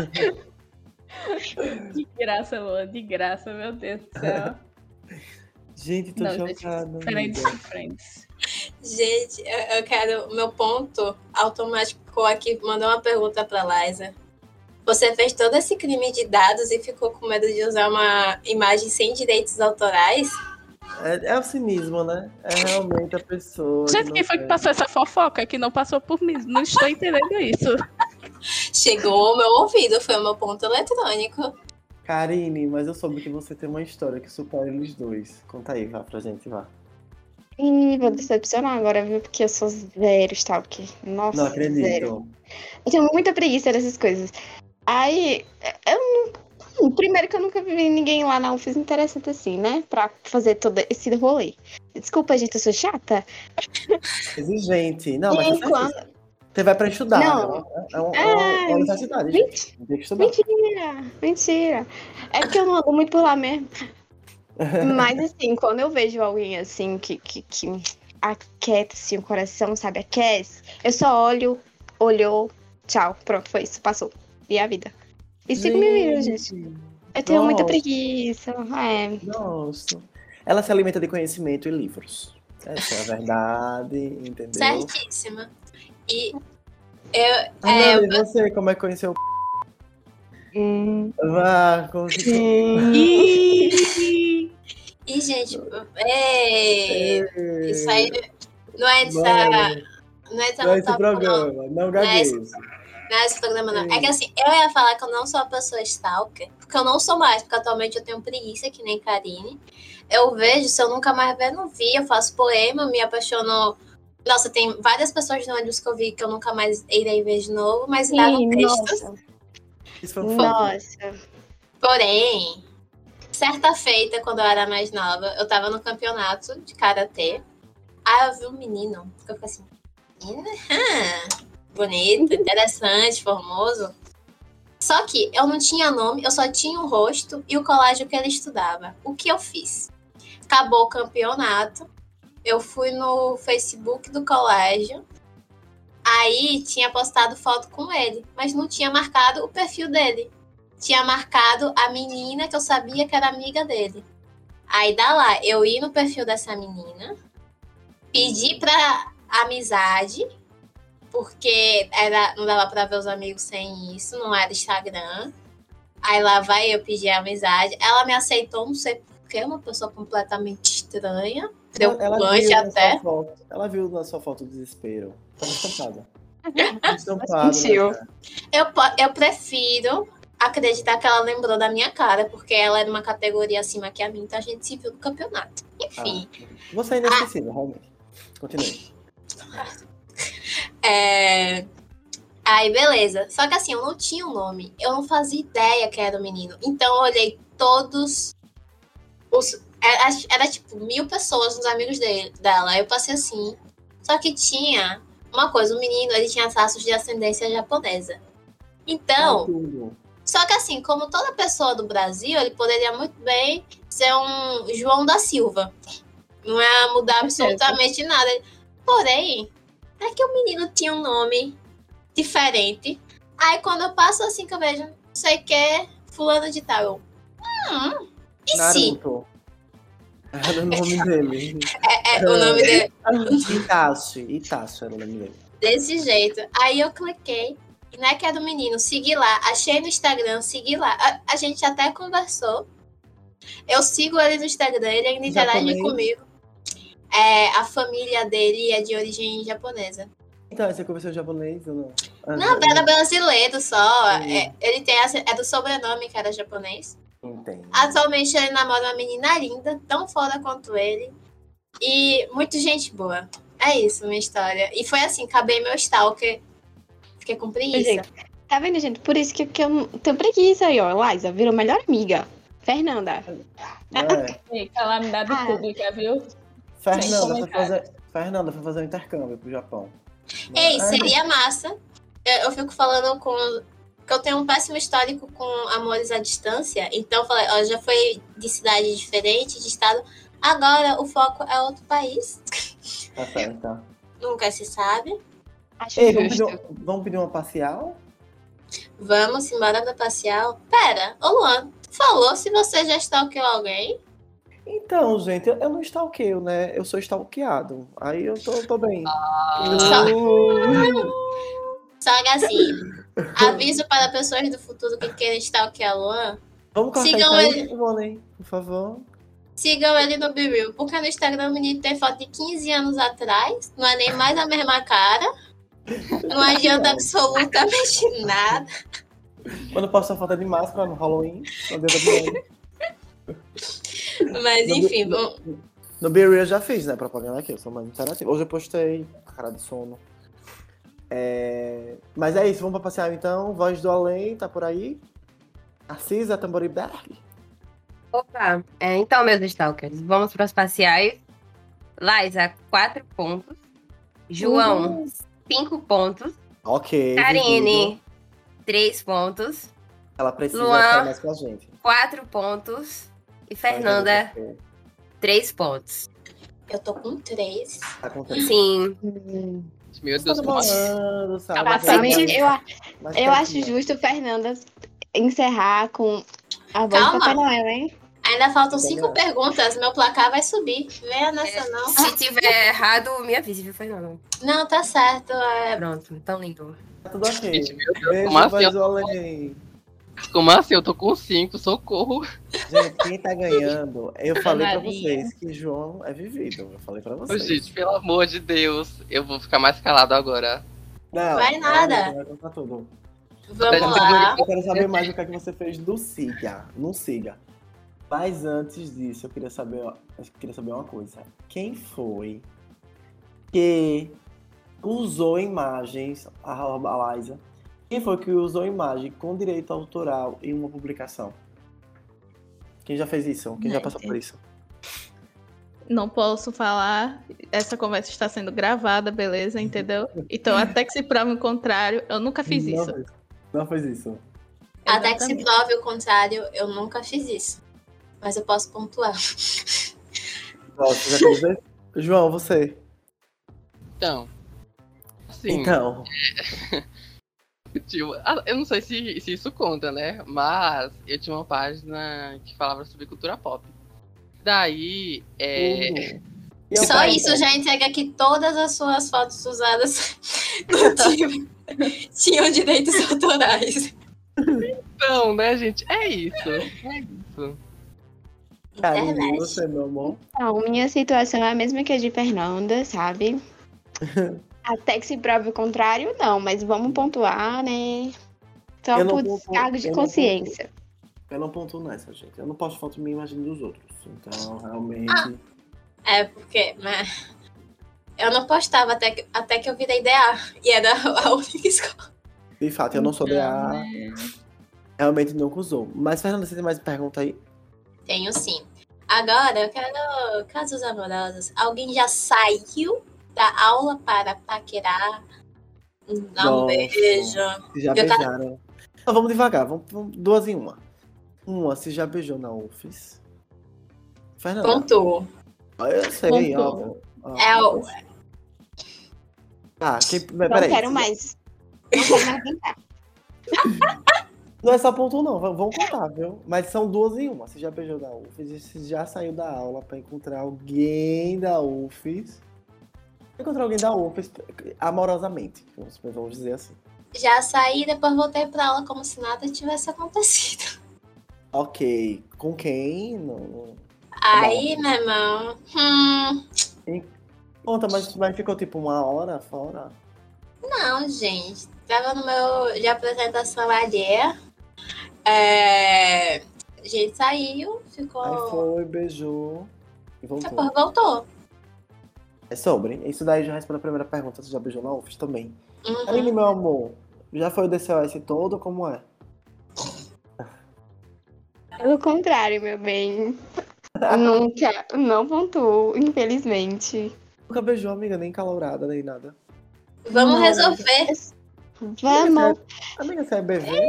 De graça, Lua, de graça, meu Deus do céu. Gente, tô Não, gente, chocada. Friends amiga. to Friends. Gente, eu quero. Meu ponto automático aqui mandou uma pergunta pra Liza. Você fez todo esse crime de dados e ficou com medo de usar uma imagem sem direitos autorais? É o cinismo, né? É realmente a pessoa. Gente, não quem foi que quer. passou essa fofoca que não passou por mim? Não estou entendendo isso. Chegou ao meu ouvido, foi o meu ponto eletrônico. Karine, mas eu soube que você tem uma história que supera eles dois. Conta aí, vá pra gente, vá. Ih, vou decepcionar agora, viu? Porque eu sou zero stalker. Nossa, Não acredito. zero. Eu tenho muita preguiça dessas coisas. Aí, eu não. Primeiro que eu nunca vi ninguém lá na UFES interessante assim, né? Pra fazer todo esse rolê. Desculpa, gente, eu sou chata. Exigente. Não, mas E quando- você vai pra estudar. Não. Né? É uma É, universidade, gente. Tem que estudar. Mentira. É porque eu não ando muito por lá mesmo. Mas assim, quando eu vejo alguém assim que aquieta assim o coração, sabe? Aquece. Eu só olhou, tchau, pronto, foi isso, passou. E a vida. E sigo minha vida, gente. Eu tenho muita preguiça. Nossa. Ela se alimenta de conhecimento e livros. Essa é a verdade, entendeu? Certíssima. E E você, como é que conheceu Vá, E, gente, isso aí não é esse programa, não gagueja. Não é esse programa, não. É que assim, eu ia falar que eu não sou uma pessoa stalker, porque eu não sou mais, porque atualmente eu tenho preguiça, que nem Karine. Eu vejo, se eu nunca mais ver, não vi, eu faço poema, me apaixono. Nossa, tem várias pessoas no ônibus que eu vi que eu nunca mais irei ver de novo, mas davam textos. Nossa. Porém, certa feita, quando eu era mais nova, eu tava no campeonato de karatê. Aí eu vi um menino, que eu fiquei assim, bonito, interessante, formoso. Só que eu não tinha nome, eu só tinha o rosto e o colégio que ele estudava. O que eu fiz? Acabou o campeonato, eu fui no Facebook do colégio, aí tinha postado foto com ele, mas não tinha marcado o perfil dele. Tinha marcado a menina que eu sabia que era amiga dele. Aí dá lá, eu ia no perfil dessa menina, pedi pra amizade, porque não dava pra ver os amigos sem isso, não era Instagram. Aí lá vai eu pedir amizade. Ela me aceitou, não sei porquê, uma pessoa completamente estranha. Preocupante até. Ela viu na sua foto o desespero. Tava estampada. Eu prefiro acreditar que ela lembrou da minha cara, porque ela é de uma categoria acima que a minha, então a gente se viu no campeonato. Enfim. Você é inesquecível, realmente. Continue. Aí, beleza. Só que assim, eu não tinha um nome. Eu não fazia ideia que era o menino. Então, eu olhei todos os... Era tipo 1000 pessoas, uns amigos dela. Aí eu passei assim. Só que tinha uma coisa. O menino, ele tinha traços de ascendência japonesa. Então... Só que assim, como toda pessoa do Brasil, ele poderia muito bem ser um João da Silva. Não ia mudar absolutamente nada. Porém, é que o menino tinha um nome diferente. Aí quando eu passo assim que eu vejo, não sei o que, fulano de tal. E Naruto. Era o nome dele. O nome dele. Itachi era o nome dele. Desse jeito. Aí eu cliquei. E não é que é do menino. Segui lá. Achei no Instagram. Segui lá. A gente até conversou. Eu sigo ele no Instagram. Ele ainda interage comigo. A família dele é de origem japonesa. Então, você conversou japonês ou não? Não, era brasileiro só. Ele tem do sobrenome que era japonês. Entendi. Atualmente ele namora uma menina linda, tão foda quanto ele. E muito gente boa. É isso, minha história. E foi assim, acabei meu stalker. Fiquei com preguiça. Gente, tá vendo, gente? Por isso que eu tenho preguiça aí, ó. Liza virou melhor amiga. Fernanda. Calamidade pública, viu? Fernanda foi fazer um intercâmbio pro Japão. Ei, seria massa. Eu fico falando que eu tenho um péssimo histórico com amores à distância. Então, eu falei, ó, já foi de cidade diferente, de estado. Agora o foco é outro país. Tá certo, então. Nunca se sabe. Acho Vamos pedir uma parcial? Vamos embora pra parcial. Pera, ô Luan, tu falou se você já stalkeou alguém? Então, gente, eu não stalkeio, né? Eu sou stalkeado. Aí eu tô bem. Só que assim, aviso para pessoas do futuro que querem stalkear Luan. Vamos cortar sigam ele, Ivone, por favor. Sigam ele no BeReal, porque no Instagram o menino tem foto de 15 anos atrás, não é nem mais a mesma cara, não adianta absolutamente nada. Quando posta foto de máscara no Halloween, não adianta Mas enfim, no BeReal eu já fiz, né, propaganda aqui, eu sou mais interativo. Hoje eu postei, cara de sono. Mas é isso, vamos pra passear então. Voz do Além, tá por aí? Narcisa Tamboriberg. Opa, então, meus stalkers, vamos para os parciais. Liza, 4 pontos. João, 5 pontos. Ok. Karine, 3 pontos. Ela precisa Luan, estar mais com a gente. 4 pontos. E Fernanda, 3 pontos. Eu tô com 3. Tá com 3. Sim. Meu Tá Deus, como assim? demorando, sabe? Tá Mas passando. Eu acho justo, Fernanda, encerrar com a voz do Calma. Papai Noel, hein? Ainda faltam Então, 5 perguntas. Meu placar vai subir. Venha nessa, não. Se tiver errado, me avise, viu, Fernanda? Não, tá certo. Pronto, então lindo. Tá tudo ok. Gente, meu Deus, Beijo, como assim? beijo, além. Como assim? Eu tô com 5, socorro. Gente, quem tá ganhando, eu falei pra Maria. vocês que João é vivido. Eu falei pra Ô, vocês. gente, pelo amor de Deus, eu vou ficar mais calado agora. Não, Vai nada. realmente, vai contar tudo. Vamos lá. Eu quero saber mais o que é que você fez do Siga. Não Siga. Mas antes disso, eu queria saber uma coisa. Quem foi que usou imagens, a Liza, quem foi que usou imagem com direito autoral em uma publicação? Quem já fez isso? Quem já passou por isso? Não posso falar. Essa conversa está sendo gravada, beleza? Entendeu? Então, até que se prove o contrário, eu nunca fiz Não isso. fez- Não fez isso. Até que se Exatamente. prove o contrário, eu nunca fiz isso. Mas eu posso pontuar. Nossa, já quer dizer? João, você. Então. Assim, Então, tipo, eu não sei se isso conta, né? Mas eu tinha uma página que falava sobre cultura pop. Daí, tudo. E eu Só falei, isso já entrega que todas as suas fotos usadas no time tinham direitos autorais. então, né, gente? É isso. É isso. Karine, Internet. você, meu amor. Então, minha situação é a mesma que a de Fernanda, sabe? Até que se prove o contrário, não, mas vamos pontuar, né? Só Eu não por pontuo- descargo de eu não consciência. Eu não pontuo nessa, gente. Eu não posto foto minha imagem dos outros. Então, realmente. É, porque eu não postava até que eu virei DA. E era a única escola. De fato, eu não sou DA. né? Realmente nunca usou. Mas, Fernanda, você tem mais pergunta aí? Tenho sim. Agora, eu quero casos amorosos. Alguém já saiu da aula para paquerar? Dar um Nossa. beijo. Se já Eu tá- beijaram. Então, vamos devagar. Vamos duas em uma. Uma, se já beijou na UFES. Fernanda. Pontuou. Eu sei, ó. Pontuou. É o- Não, Não quero mais. Não quero mais tentar. Não é só ponto, não. Vamos contar, viu? Mas são duas em uma. Você já beijou na UFES e você já saiu da aula pra encontrar alguém da UFES. Encontrar alguém da UFES amorosamente. Vamos dizer assim. Já saí, depois voltei pra aula como se nada tivesse acontecido. Ok. Com quem? Não. Aí, meu irmão. Conta, mas ficou tipo uma hora fora? Não, gente. Tava no meu de apresentação alheia. A gente saiu, ficou. Aí foi, beijou e voltou. Depois voltou. É sobre. Isso daí já responde a primeira pergunta. Você já beijou na UFES também? Uhum. Aline, meu amor, já foi o DCOS todo? Como é? Pelo contrário, meu bem. Nunca, não pontuo, infelizmente. Nunca beijou, amiga, nem calorada, nem nada. Vamos Não. resolver. Vamos. Amiga, você é BV?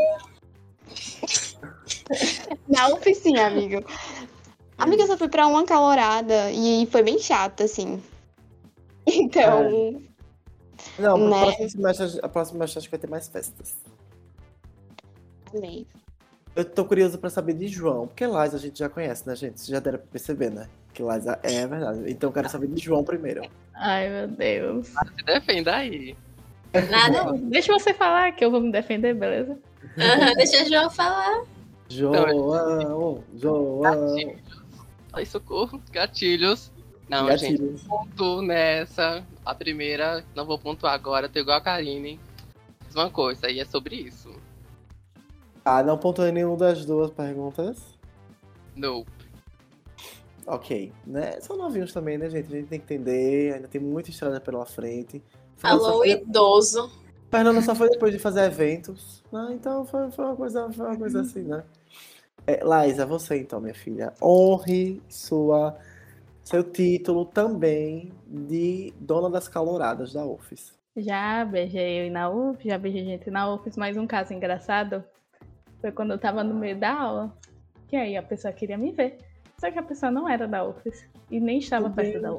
Na oficina, amigo. Amiga, eu só fui pra uma calorada e foi bem chato, assim. Então, Não, Né? a próxima semestre acho que vai ter mais festas. também. Eu tô curioso pra saber de João, porque Liza a gente já conhece, né, gente? Vocês já deram pra perceber, né? Que Liza é verdade. Então eu quero saber de João primeiro. Ai, meu Deus. Se defenda aí. Nada. Não, deixa você falar que eu vou me defender, beleza? Uhum, deixa o João falar. João. Ai, socorro. Gatilhos. Não, gente. Gatilhos. Ponto nessa. A primeira, não vou pontuar agora, tô igual a Karine. Fiz uma coisa, e é sobre isso. Ah, não pontuei nenhuma das duas perguntas. Não. Ok, né? São novinhos também, né, gente? A gente tem que entender, ainda tem muita estrada pela frente. Falou idoso. Fernanda só foi depois de fazer eventos. Ah, então foi uma coisa assim, né? Liza, você então, minha filha. Honre seu título também de dona das caloradas da UFES. Já beijei eu na UF, já beijei gente na UF, mas um caso engraçado foi quando eu tava no meio da aula. Que aí a pessoa queria me ver. Só que a pessoa não era da UFES e nem estava Meu perto Deus. da UFES.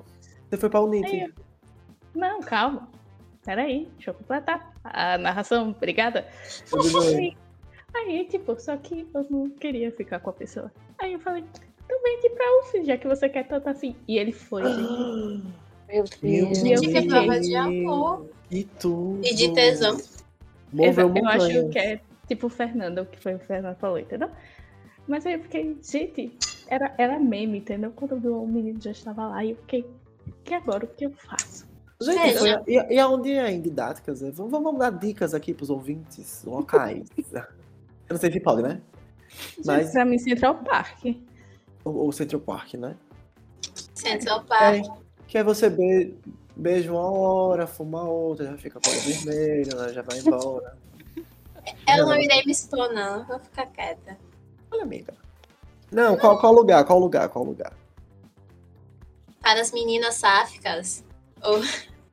Você foi pra Aí Unite. eu, não, calma. Peraí, deixa eu completar a narração, obrigada. Tudo bem. Aí, tipo, só que eu não queria ficar com a pessoa. Aí eu falei, então vem aqui pra UF, já que você quer tanto assim. E ele foi, gente. Meu Meu Deus. E eu Gente, que fiquei. prova de amor. E tudo. E de tesão. Moveu Eu acho montanhas. que é tipo o Fernando, o que foi o Fernando falou, entendeu? Mas aí eu fiquei, gente, era meme, entendeu? Quando eu vi o menino já estava lá, e eu fiquei, e agora o que eu faço? Gente, Veja. e aonde é em didáticas? Né? Vamos dar dicas aqui pros ouvintes locais. Eu não sei se pode, né? Mas Pra mim, Central Park. o Central Park, né? Central Park. Que é você beija uma hora, fuma outra, já fica com a vermelha, né? Já vai embora. Eu não irei me expor, não. Vou ficar quieta. Olha, amiga. Não, qual lugar? Para as meninas sáficas. Ou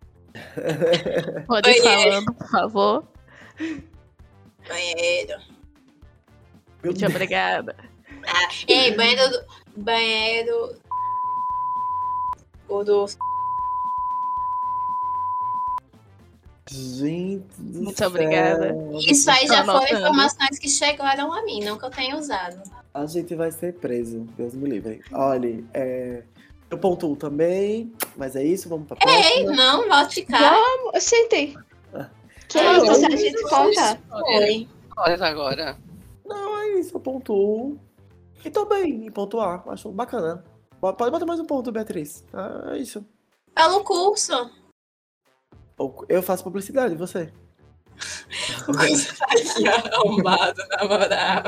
Pode ir Banheiro. falando, por favor. banheiro. Meu Muito Deus. obrigada. Ei, banheiro. O do. Gente do Muito céu. obrigada. Isso aí já Tô foram anotando. informações que chegaram a mim, não que eu tenha usado. A gente vai ser preso, Deus me livre. Olha, eu pontuo também, mas é isso, vamos pra Ei, próxima. não, volte cá. Eu sentei. Que Ah, isso, não. a gente conta. Foi. Olha agora. Não, é isso, eu pontuo. E tô bem em pontuar, acho bacana. Pode botar mais um ponto, Beatriz. É isso. Pelo curso. Eu faço publicidade, e você? Arrombado, na moral.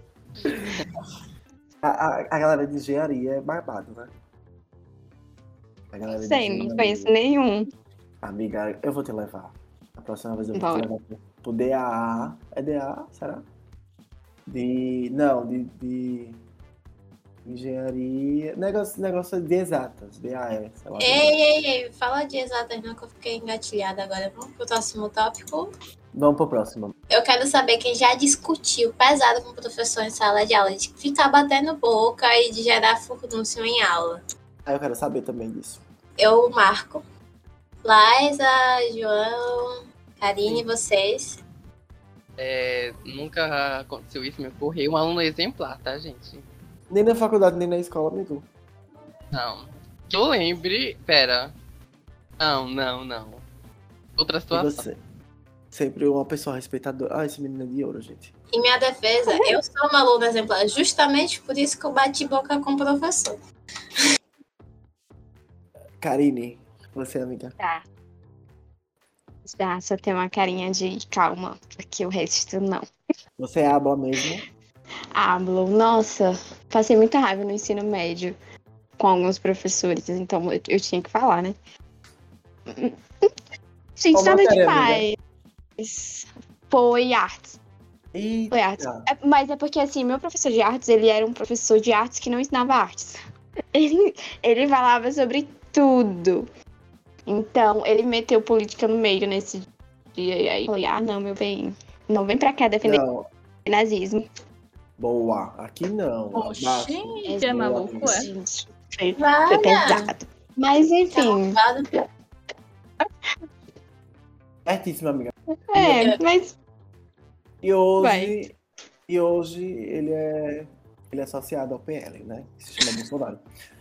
A galera de engenharia é barbado, né? A galera de Sei, não engenharia- conheço nenhum. Amiga, eu vou te levar. A próxima vez eu vou Bora. te levar pro DAA. É DAA, será? Não, de engenharia. Negócio de exatas, DAE, sei lá. Ei, fala de exatas não, que eu fiquei engatilhada agora. Vamos pro próximo tópico. Vamos pro próximo. Eu quero saber quem já discutiu pesado com o professor em sala de aula, de ficar batendo boca e de gerar furdúncio em aula. Aí eu quero saber também disso. Eu marco. Laísa, João, Karine, vocês. Nunca aconteceu isso, me ocorreu um aluno exemplar, tá, gente? Nem na faculdade, nem na escola, amigo. Não. Que eu lembre. Pera. Não. Outra E situação. você? Sempre uma pessoa respeitadora. Ah, esse menino é de ouro, gente. Em minha defesa, eu sou uma aluna exemplar, justamente por isso que eu bati boca com o professor. Karine, você, amiga. Tá. Já só tem uma carinha de calma, porque o resto não. Você é habla mesmo? Hablo, nossa, passei muita raiva no ensino médio com alguns professores, então eu tinha que falar, né? Gente, Qual nada matéria, demais. Foi artes. Eita. Foi artes. Mas é porque, assim, meu professor de artes, ele era um professor de artes que não ensinava artes. Ele falava sobre tudo. Então, ele meteu política no meio nesse dia. E aí eu falei, não, meu bem, não vem pra cá defender Não. o nazismo. Boa. Aqui não. Oxi, Abaixo. gente, é maluco, é? Gente, foi Vai, pesado. Mas, enfim, Certíssima, amiga. mas E hoje, Vai. ele é associado ao PL, né? Que se chama Bolsonaro.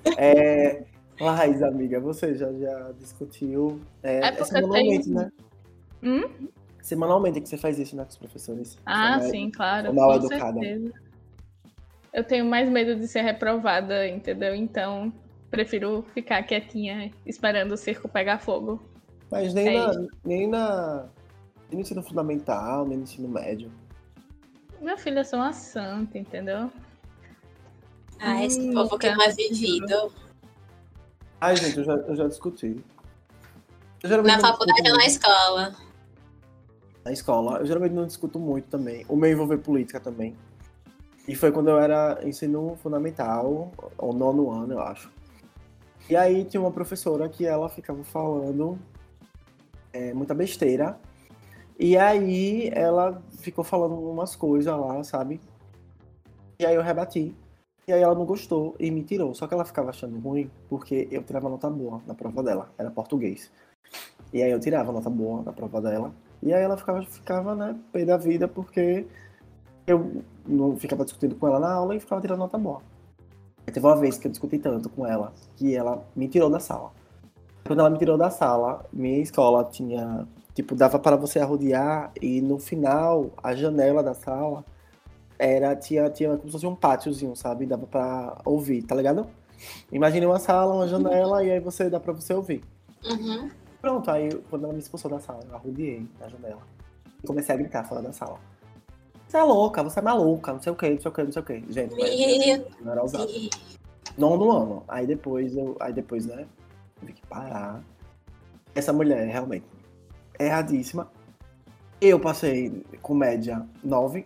Laís, amiga, você já discutiu porque semanalmente, tem- né? Semanalmente que você faz isso, né, com os professores. Ah, Você não é- sim, claro. ou mal Com educada. certeza. Eu tenho mais medo de ser reprovada, entendeu? Então, prefiro ficar quietinha, esperando o circo pegar fogo. Mas É nem no ensino fundamental, nem no ensino médio. Meu filho, eu sou uma santa, entendeu? esse povo que não é vivido. Ai, gente, eu já discuti. Eu geralmente Na não faculdade discuto ou na muito. escola? Na escola, eu geralmente não discuto muito também. O meu envolver política também. E foi quando eu era ensino fundamental, ou 9º ano, eu acho. E aí tinha uma professora que ela ficava falando muita besteira. E aí ela ficou falando umas coisas lá, sabe? E aí eu rebati. E aí ela não gostou e me tirou. Só que ela ficava achando ruim porque eu tirava nota boa na prova dela. Era português. E aí eu tirava nota boa na prova dela. E aí ela ficava né, pé da vida porque eu não ficava discutindo com ela na aula e ficava tirando nota boa. Aí teve uma vez que eu discuti tanto com ela que ela me tirou da sala. Quando ela me tirou da sala, minha escola tinha... Tipo, dava para você arrodear e no final, a janela da sala tinha como se fosse um pátiozinho, sabe? Dava pra ouvir, tá ligado? Imagine uma sala, uma janela e aí dá pra você ouvir. Uhum. Pronto, aí quando ela me expulsou da sala, eu arrodeei na janela. E comecei a gritar fora da sala. Você é louca, você é maluca, não sei o que, não sei o que, não sei o que. Gente, mas não era usado. Nono ano. Aí depois, né, tive que parar. Essa mulher, realmente, é erradíssima. Eu passei com média 9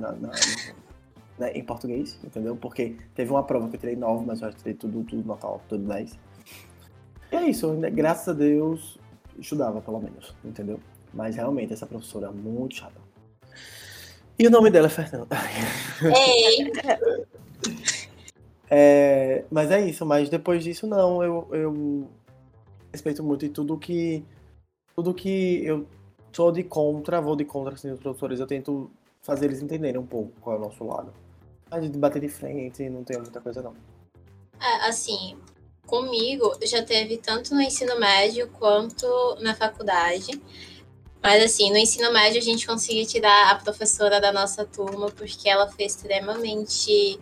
em português, entendeu? Porque teve uma prova que eu tirei 9, mas eu já tirei tudo nota, tudo 10. E é isso, graças a Deus, estudava pelo menos, entendeu? Mas realmente, essa professora é muito chata. E o nome dela é Fernanda. Eita! Mas é isso, mas depois disso não, eu respeito muito e tudo que eu vou de contra assim, os professores, eu tento fazer eles entenderem um pouco qual é o nosso lado. Mas de bater de frente não tem muita coisa não. Assim, comigo já teve tanto no ensino médio quanto na faculdade. Mas assim, no ensino médio a gente conseguiu tirar a professora da nossa turma porque ela foi extremamente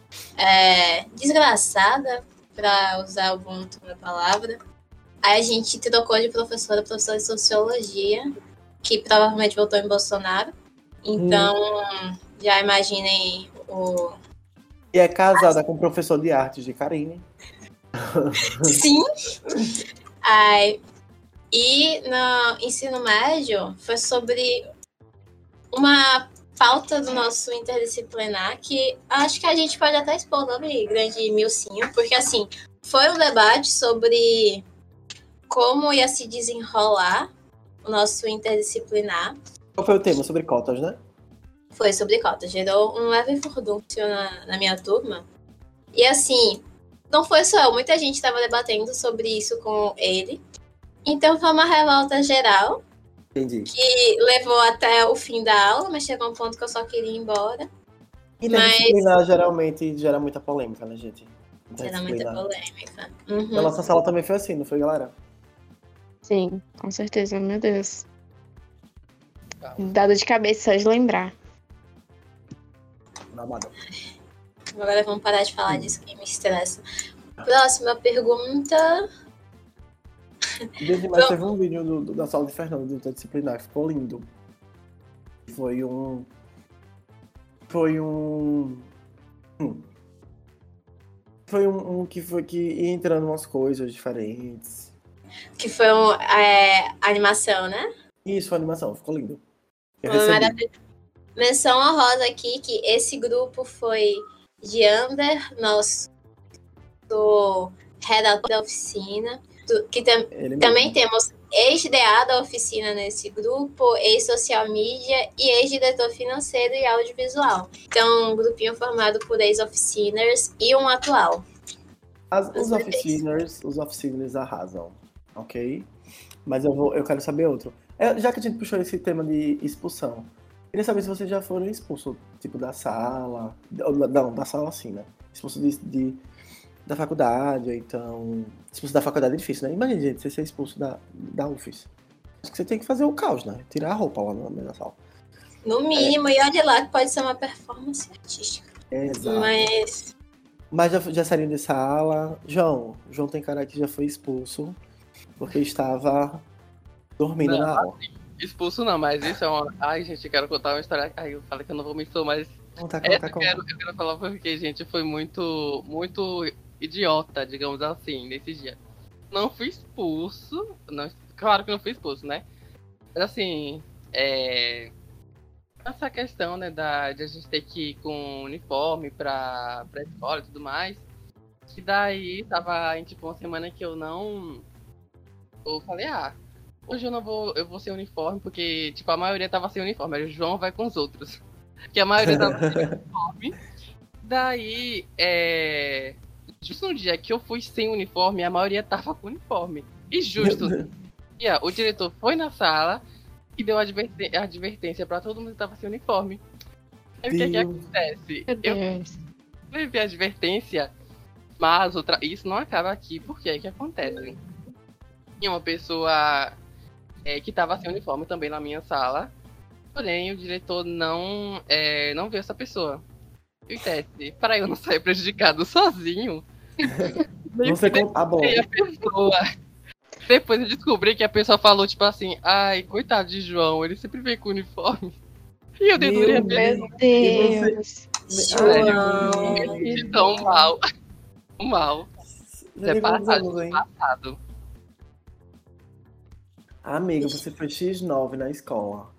desgraçada, para usar o bom tom da palavra. Aí a gente trocou de professora de sociologia, que provavelmente votou em Bolsonaro. Então, já imaginem o... E é casada com o professor de artes de Karine. Sim! Aí, e no ensino médio foi sobre uma pauta do nosso interdisciplinar que acho que a gente pode até expor o nome grande Milcinho, porque assim, foi um debate sobre como ia se desenrolar o nosso interdisciplinar. Qual foi o tema? Sobre cotas, né? Foi sobre cotas. Gerou um leve furdúncio na minha turma. E assim, não foi só eu. Muita gente estava debatendo sobre isso com ele. Então foi uma revolta geral. Entendi. Que levou até o fim da aula, mas chegou um ponto que eu só queria ir embora. Interdisciplinar geralmente gera muita polêmica, né, gente? Gera muita polêmica. Na nossa sala também foi assim, não foi, galera? Sim, com certeza, meu Deus. Dado de cabeça só de lembrar. Nada. Agora vamos parar de falar disso que me estressa. Próxima pergunta. Mas teve um vídeo da sala de Fernando, do interdisciplinar, que ficou lindo. Foi um que ia entrando umas coisas diferentes. Que foi animação, né? Isso, a animação, ficou lindo. Menção honrosa aqui que esse grupo foi de Ander, nosso redator da oficina, que também temos ex-DA da oficina nesse grupo, ex-social media e ex-diretor financeiro e audiovisual. Então, um grupinho formado por ex-oficiners e um atual. Os oficiners arrasam, ok? Mas eu quero saber outro. Já que a gente puxou esse tema de expulsão, queria saber se vocês já foram expulsos, tipo, da sala. Não, da sala sim, né? Expulso da faculdade, ou então... Expulso da faculdade é difícil, né? Imagina, gente, você ser expulso da UFES. Acho que você tem que fazer o caos, né? Tirar a roupa lá no meio da sala. No mínimo, e olha lá que pode ser uma performance artística. Exato. Mas já saíram dessa aula. João tem cara que já foi expulso porque estava dormindo na aula. Expulso não, mas isso é uma... Ai, gente, eu quero contar uma história. Ai, eu falei que eu não vou me expor, mas... Eu quero falar porque, gente, foi muito, muito idiota, digamos assim, nesse dia. Não fui expulso, claro que não fui expulso, né? Mas assim, essa questão, né, de a gente ter que ir com uniforme pra escola e tudo mais. E daí tava em tipo uma semana que eu falei, hoje eu vou sem uniforme, porque tipo, a maioria tava sem uniforme, aí o João vai com os outros. Porque a maioria tava sem uniforme. Daí, justo no dia que eu fui sem uniforme, a maioria tava com uniforme. E justo, o diretor foi na sala e deu advertência pra todo mundo que tava sem uniforme. Aí o que acontece? Eu levei a advertência, mas isso não acaba aqui, porque aí que acontece? Tinha uma pessoa que tava sem uniforme também na minha sala, porém o diretor não viu essa pessoa. E o teste, para eu não sair prejudicado sozinho, Você conta. Ah, bom. a pessoa. Depois eu descobri que a pessoa falou, tipo assim, ai, coitado de João, ele sempre vem com uniforme. E eu dedurei a pessoa. Meu Deus. João. De tão mal. Mal. Você tem quantos anos, hein? Passado. Amiga, você foi X9 na escola.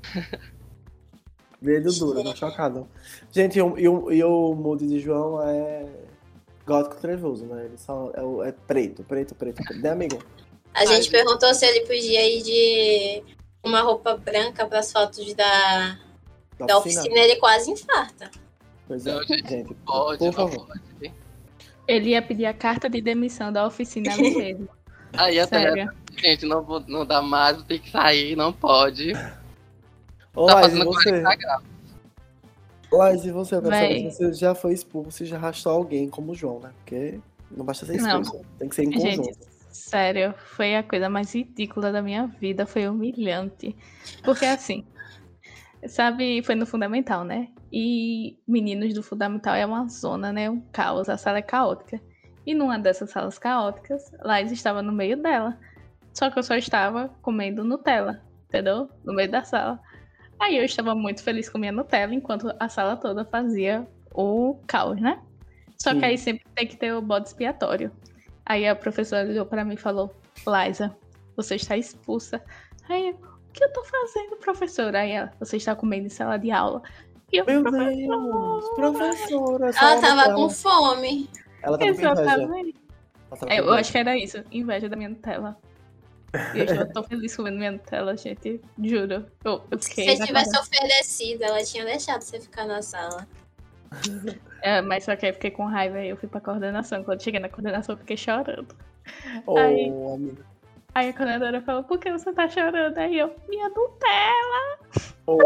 Dedo duro, tô chocado. Gente, e o mood de João é gótico trevoso, né? Ele só é preto. Né, amigo? A gente perguntou se ele podia ir de uma roupa branca para as fotos da oficina, ele quase infarta. Pois é, Não, gente, Pode, por não favor. pode. Ele ia pedir a carta de demissão da oficina ali mesmo. Aí até, Sério. gente, não dá mais, tem que sair, não pode. Ô, Tá Laís, e fazendo você? 40 graus. Laís, e você? Eu quero saber Véi. se você já foi expulso e já arrastou alguém como o João, né? Porque não basta ser Não. expulso, tem que ser em Gente, conjunto. sério, foi a coisa mais ridícula da minha vida, foi humilhante. Porque assim, sabe, foi no Fundamental, né? E meninos do Fundamental é uma zona, né? Um caos, a sala é caótica. E numa dessas salas caóticas, Laís estava no meio dela. Só que eu só estava comendo Nutella, entendeu? No meio da sala. Aí eu estava muito feliz com minha Nutella, enquanto a sala toda fazia o caos, né? Só Sim. que aí sempre tem que ter o bode expiatório. Aí a professora olhou pra mim e falou: Liza, você está expulsa. Aí eu, o que eu tô fazendo, professora? Aí ela, você está comendo em sala de aula. E eu, Meu Deus, professora. só Ela tava Nutella. com fome. Ela tava com inveja. Exatamente. Ela tava com Eu inveja. acho que era isso, inveja da minha Nutella. E eu estava tão feliz comendo minha Nutella, gente. Juro. Eu Se fiquei. você tivesse oferecido, ela tinha deixado você ficar na sala. Mas só que aí eu fiquei com raiva e eu fui pra coordenação. Quando cheguei na coordenação, eu fiquei chorando. Ô, Aí- amiga. Aí a coordenadora falou: por que você tá chorando? Aí eu, minha Nutella. Ô.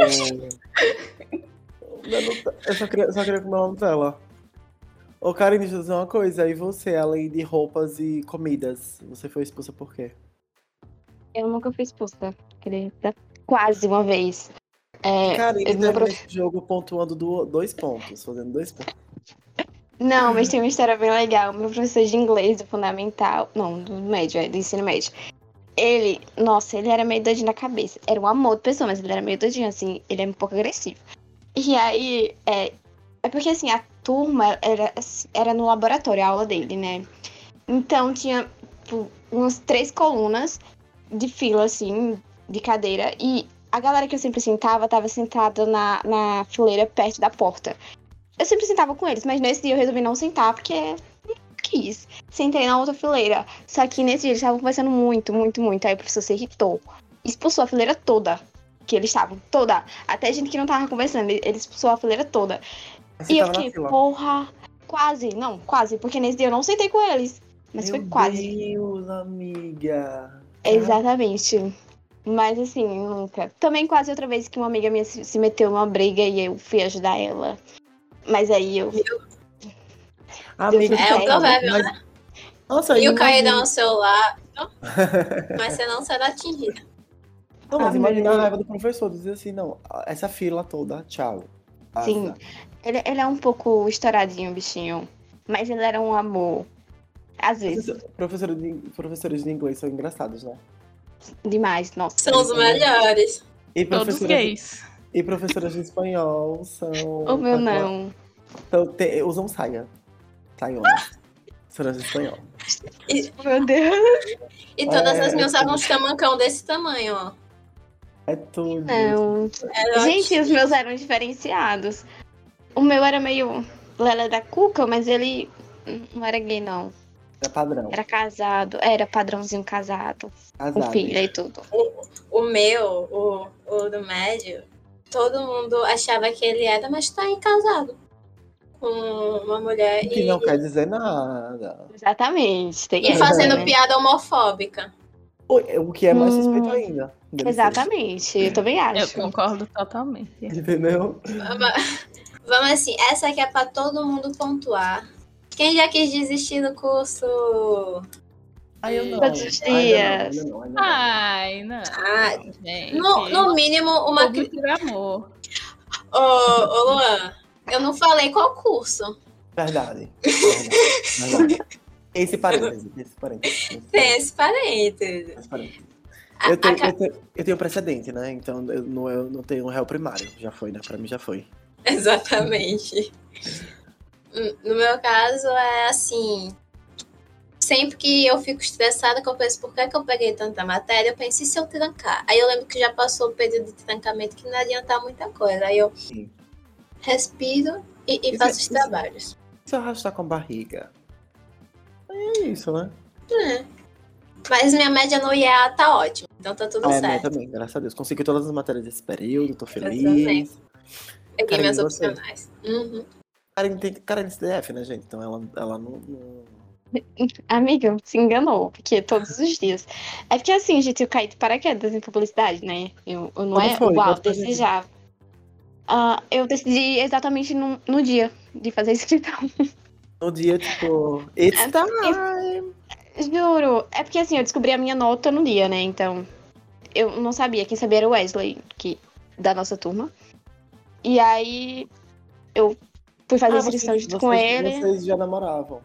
Eu só queria comer uma Nutella. Ô, Karine, deixa eu dizer uma coisa. E você, além de roupas e comidas, você foi expulsa por quê? Eu nunca fui expulsa. Acredita? Quase uma vez. Karine meu termina prof- esse jogo pontuando 2 pontos, fazendo 2 pontos. Não, mas tem uma história bem legal. Meu professor de inglês do fundamental, não, do médio, do ensino médio. Ele era meio doidinho na cabeça. Era um amor de pessoa, mas ele era meio doidinho, assim, ele é um pouco agressivo. E aí, é porque assim, a turma era no laboratório, a aula dele, né? Então tinha umas 3 colunas de fila, assim, de cadeira. E a galera que eu sempre sentava, tava sentada na fileira perto da porta. Eu sempre sentava com eles, mas nesse dia eu resolvi não sentar, porque não quis. Sentei na outra fileira. Só que nesse dia eles estavam conversando muito. Aí o professor se irritou. Expulsou a fileira toda. Que eles estavam, toda. Até gente que não tava conversando, ele expulsou a fileira toda. Mas você E eu tava na fiquei, fila. porra, quase. Porque nesse dia eu não sentei com eles. Mas foi quase. Meu Deus, amiga. Exatamente. Mas assim, nunca. Também quase outra vez que uma amiga minha se meteu numa briga e eu fui ajudar ela. Mas aí eu. Amiga, É o provável, mas- né? Nossa, E o cair imagina- no celular, mas você não será atingida. Não, mas Ah, imagina meu. a raiva do professor, dizer assim, não, essa fila toda, tchau. Vaza. Sim. Ele é um pouco estouradinho, bichinho. Mas ele era um amor. Às vezes. Professores de inglês são engraçados, né? Demais, nossa. São os melhores. E Todos professoras, gays. e professoras de espanhol são... O meu não. Então, usam saia. Saionas. Professoras de espanhol. Meu Deus. E todas É, as minhas é usavam uns tamancão desse tamanho, ó. É tudo. Não. Era Gente, os meus eram diferenciados. O meu era meio Lela da Cuca, mas ele não era gay, não. É padrão. Era casado. Era padrãozinho casado. Com Casado. filha e tudo. o meu, o do médio, todo mundo achava que ele era, mas tá aí casado. uma mulher Que não quer dizer nada. Exatamente. Tem e essa, fazendo né? piada homofóbica. O que é mais suspeito ainda. dele ser. Exatamente, eu também Eu acho. concordo totalmente. Entendeu? Vamos assim, essa aqui é pra todo mundo pontuar. Quem já quis desistir do curso? Aí eu não. Todos os Ainda dias. não. Ainda não. Ai, não. Ah, gente. No mínimo, uma. Povo tira amor. Ô, Luan, eu não falei qual curso. Verdade. Esse parêntese. Tem esse parênteses. Eu tenho precedente, né? Então eu não tenho um réu primário. Já foi, né? Pra mim já foi. Exatamente. No meu caso, é assim. Sempre que eu fico estressada, que eu penso por que eu peguei tanta matéria, eu penso, e se eu trancar? Aí eu lembro que já passou o período de trancamento que não adianta muita coisa. Aí eu Sim. respiro e faço os trabalhos. Se eu arrastar com a barriga. É isso, né? Mas minha média no IEA tá ótima, então tá tudo Minha certo. também, graças a Deus. Consegui todas as matérias desse período, tô também. feliz. Peguei Karen, minhas e você? opcionais. Uhum. Karen tem Karen CDF, né, gente? Então ela não. Amiga, se enganou, porque todos os dias. É porque assim, gente, eu caí de paraquedas em publicidade, né? Eu não Quando é foi? uau, Conta pra gente. desejava. Eu decidi exatamente no dia de fazer a inscrição. No dia, tipo, it's time! Juro, é porque assim, eu descobri a minha nota no dia, né? Então, eu não sabia. Quem sabia era o Wesley, da nossa turma. E aí, eu fui fazer a inscrição junto com ele. Vocês já namoravam.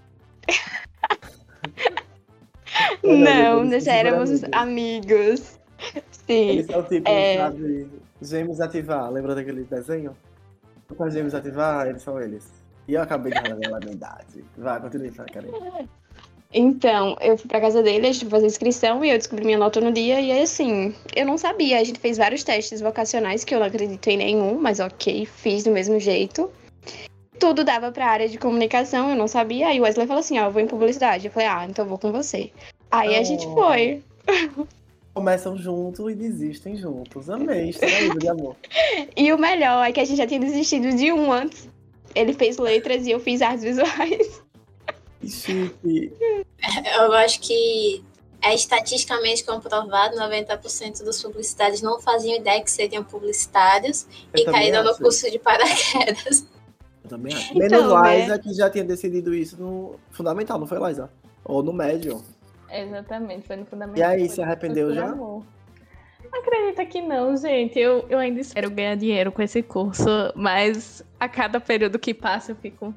Não, Eles já super éramos amigos. amigos. Sim. Eles são tipo, É. sabe, gêmeos ativar. Lembra daquele desenho? Com gêmeos ativar, eles são eles. E eu acabei de revelar a minha idade. Vai, continue, Karen. Então, eu fui pra casa dele, a gente foi fazer a inscrição e eu descobri minha nota no dia. E aí, assim, eu não sabia. A gente fez vários testes vocacionais, que eu não acredito em nenhum, mas ok, fiz do mesmo jeito. Tudo dava pra área de comunicação, eu não sabia. Aí o Wesley falou assim: eu vou em publicidade. Eu falei: então eu vou com você. Aí a gente foi. Começam juntos e desistem juntos. Amei, história de amor. E o melhor é que a gente já tinha desistido de um antes. Ele fez letras e eu fiz artes visuais. Que chique. Eu acho que é estatisticamente comprovado, 90% dos publicitários não faziam ideia que seriam publicitários e caíram no curso de paraquedas. Eu também acho. Então, Menos né? Liza, que já tinha decidido isso no fundamental, não foi, Liza? Ou no médio. Exatamente, foi no fundamental. E aí, se arrependeu Foi por já? amor. Acredita que não, gente. Eu ainda espero ganhar dinheiro com esse curso, mas a cada período que passa eu fico.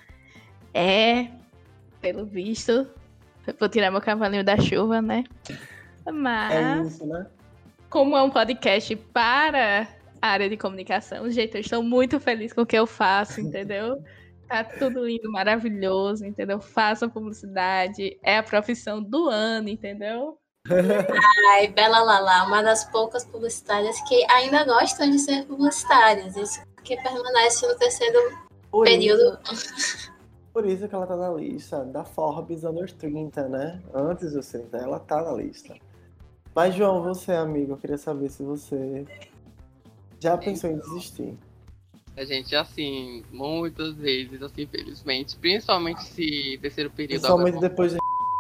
Pelo visto, vou tirar meu cavalinho da chuva, né? É Mas, isso, né? como é um podcast para a área de comunicação, gente, eu estou muito feliz com o que eu faço, entendeu? Tá tudo lindo, maravilhoso, entendeu? Façam publicidade, é a profissão do ano, entendeu? Ai, Bela Lala, uma das poucas publicitárias que ainda gostam de ser publicitárias. Isso que permanece no terceiro Por período. Por isso que ela tá na lista da Forbes Under 30, né? Antes dos 30, ela tá na lista. Mas, João, você, amigo, eu queria saber se você já pensou em desistir. A gente, assim, muitas vezes, assim, infelizmente, principalmente se terceiro período Principalmente agora, depois de...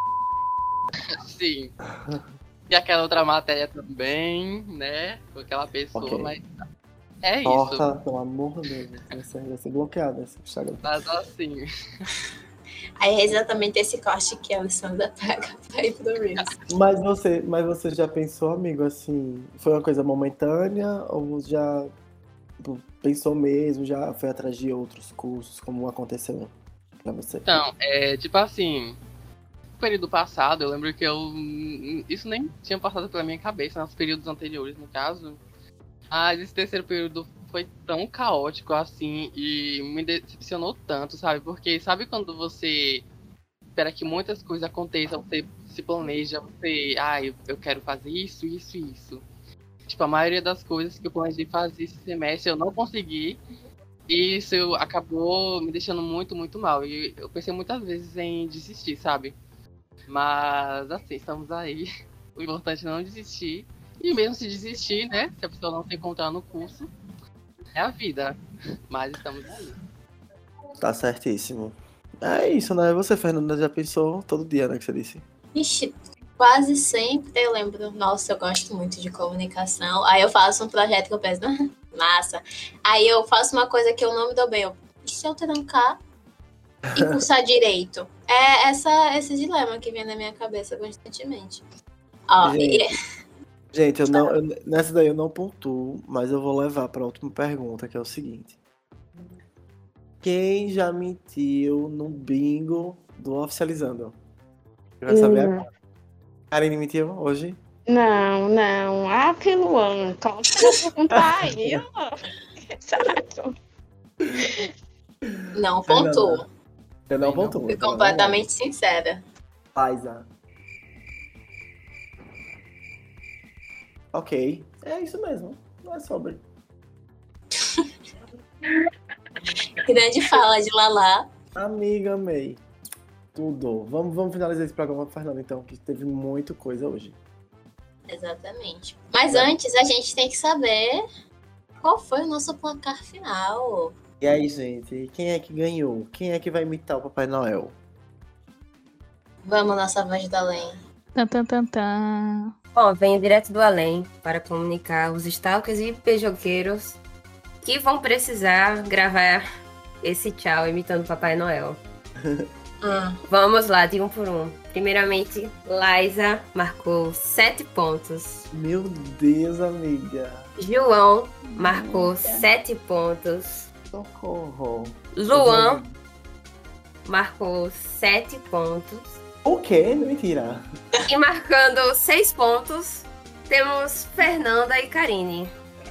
sim. E aquela outra matéria também, né? Com aquela pessoa, Ok. mas é isso. Corta, pelo amor de Deus. Vai ser bloqueado esse Instagram. Mas assim, Aí é exatamente esse corte que a Alessandra pega pra ir pro Reels. Mas você já pensou, amigo, assim, foi uma coisa momentânea ou já tipo, pensou mesmo, já foi atrás de outros cursos, como aconteceu pra você? então, tipo assim, no período passado, eu lembro que isso nem tinha passado pela minha cabeça, nos períodos anteriores, no caso. Mas esse terceiro período foi tão caótico assim e me decepcionou tanto, sabe? Porque sabe quando você espera que muitas coisas aconteçam, você se planeja, você, eu quero fazer isso, isso e isso. Tipo, a maioria das coisas que eu planejei fazer esse semestre eu não consegui. E isso acabou me deixando muito, muito mal. E eu pensei muitas vezes em desistir, sabe? Mas, assim, estamos aí. O importante é não desistir. E mesmo se desistir, né? Se a pessoa não se encontrar no curso, é a vida. Mas estamos aí. Tá certíssimo. É isso, né? Você, Fernanda, já pensou todo dia, né, que você disse? Ixi, quase sempre eu lembro, nossa, eu gosto muito de comunicação. Aí eu faço um projeto que eu penso, massa. Aí eu faço uma coisa que eu não me dou bem. E se eu trancar e cursar direito? É esse dilema que vem na minha cabeça constantemente. Ó, Gente, nessa daí eu não pontuo, mas eu vou levar para a última pergunta, que é o seguinte. Quem já mentiu no bingo do Oficializando? Você vai saber agora. Karine mentiu hoje? Não. Ah, que Luan, coloca pra perguntar aí, ó. Exato. não pontuo. Eu não pontuo. Fui completamente sincera. Liza. Ok. É isso mesmo. Não é sobre. Grande fala de Lala. Amiga, amei. Tudo. Vamos finalizar esse programa, Fernando, então, que teve muita coisa hoje. Exatamente. Mas antes, a gente tem que saber qual foi o nosso placar final. E aí, gente, quem é que ganhou? Quem é que vai imitar o Papai Noel? Vamos, nossa voz do além. Tan. Bom, venho direto do além para comunicar os stalkers e beijoqueiros que vão precisar gravar esse tchau imitando o Papai Noel. Vamos lá, de um por um. Primeiramente, Liza marcou 7 pontos. Meu Deus, amiga. João marcou 7 pontos. Socorro. Luan marcou 7 pontos. O quê? Mentira. E marcando 6 pontos, temos Fernanda e Karine.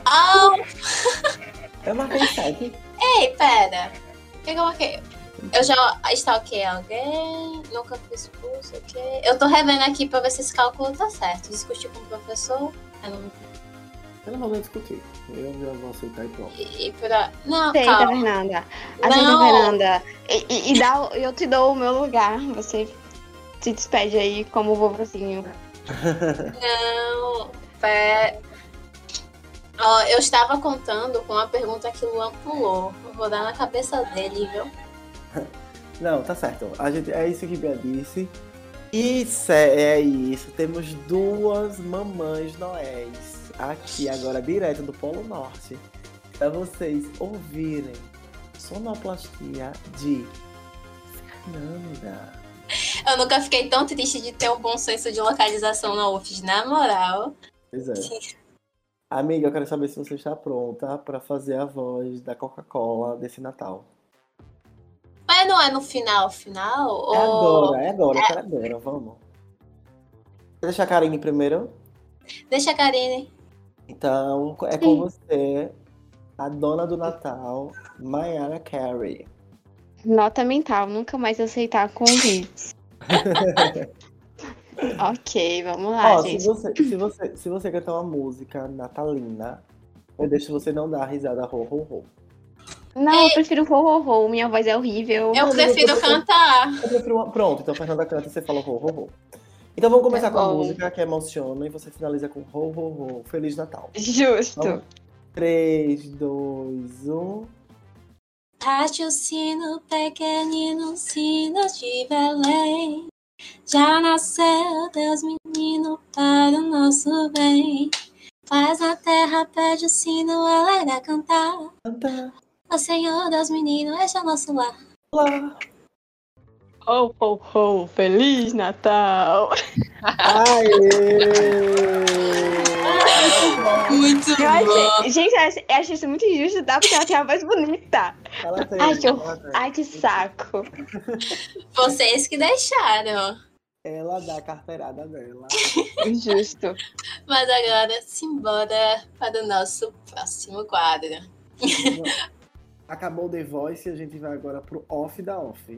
Eu marquei 7. Ei, pera. O que eu marquei? Eu já stalkeei alguém, nunca fui expulso, ok? Eu tô revendo aqui pra ver se esse cálculo tá certo. Discutir com o professor, Eu não vou nem discutir. Eu já vou aceitar e pronto. e pra... Não, Aceita, calma. Fernanda. Não. Aceita, Fernanda. Eu te dou o meu lugar. Você se despede aí como vovozinho. Não, pera. Ó, eu estava contando com a pergunta que o Luan pulou. Eu vou dar na cabeça dele, viu? Não, tá certo. É isso que Bia disse. É isso. Temos 2 mamães noéis aqui agora, direto do Polo Norte, para vocês ouvirem sonoplastia de Fernanda. Eu nunca fiquei tão triste de ter um bom senso de localização na UFS, na moral. Pois é. Amiga, eu quero saber se você está pronta para fazer a voz da Coca-Cola desse Natal. Mas não é no final? É agora, eu quero agora, vamos. Deixa a Karine primeiro. Deixa a Karine. Então, é com você, a dona do Natal, Mariah Carey. Nota mental, nunca mais aceitar convites. Ok, vamos lá, gente. Se você cantar uma música natalina, eu deixo você não dar a risada ho. Não, eu prefiro ho. Minha voz é horrível. Eu prefiro cantar. Pronto, então Fernanda canta e você fala ho. Então vamos começar com a bom. música que emociona e você finaliza com ho. Feliz Natal. Justo. Vamos? 3, 2, 1. Bate o sino pequenino, sino de Belém. Já nasceu Deus menino para o nosso bem. Paz na terra, pede o sino, ela irá cantar. Canta O Senhor Deus menino, este é o nosso lar. lá. Ho, Feliz Natal. Aê! Muito Gente, eu achei isso muito injusto, tá? Porque ela tem uma voz bonita. Ela tem, Ai, ela tem. Ai, que saco. Vocês que deixaram. Ela dá a carteirada dela. Injusto. Mas agora, simbora para o nosso próximo quadro. Acabou o The Voice e a gente vai agora pro off da off.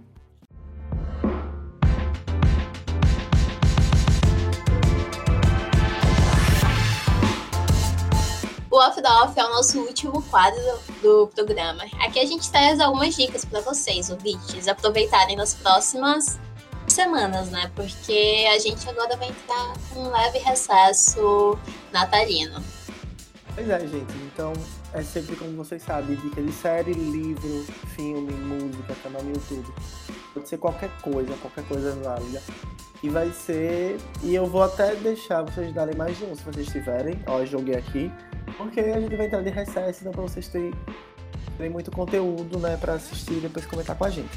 O Off da Off é o nosso último quadro do programa. Aqui a gente traz algumas dicas para vocês, ouvintes, aproveitarem nas próximas semanas, né? Porque a gente agora vai entrar com um leve recesso natalino. Pois é, gente. Então, é sempre, como vocês sabem, dica de série, livro, filme, música, canal no YouTube. Pode ser qualquer coisa válida. E vai ser... E eu vou até deixar vocês darem mais de um, se vocês tiverem. Ó, eu joguei aqui. Porque a gente vai entrar de recesso, então pra vocês terem muito conteúdo, né, pra assistir e depois comentar com a gente.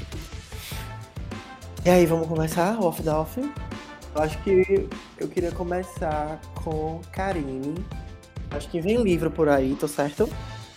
E aí, vamos começar? Off da off? Eu acho que eu queria começar com Karine. Acho que vem livro por aí, tô certo?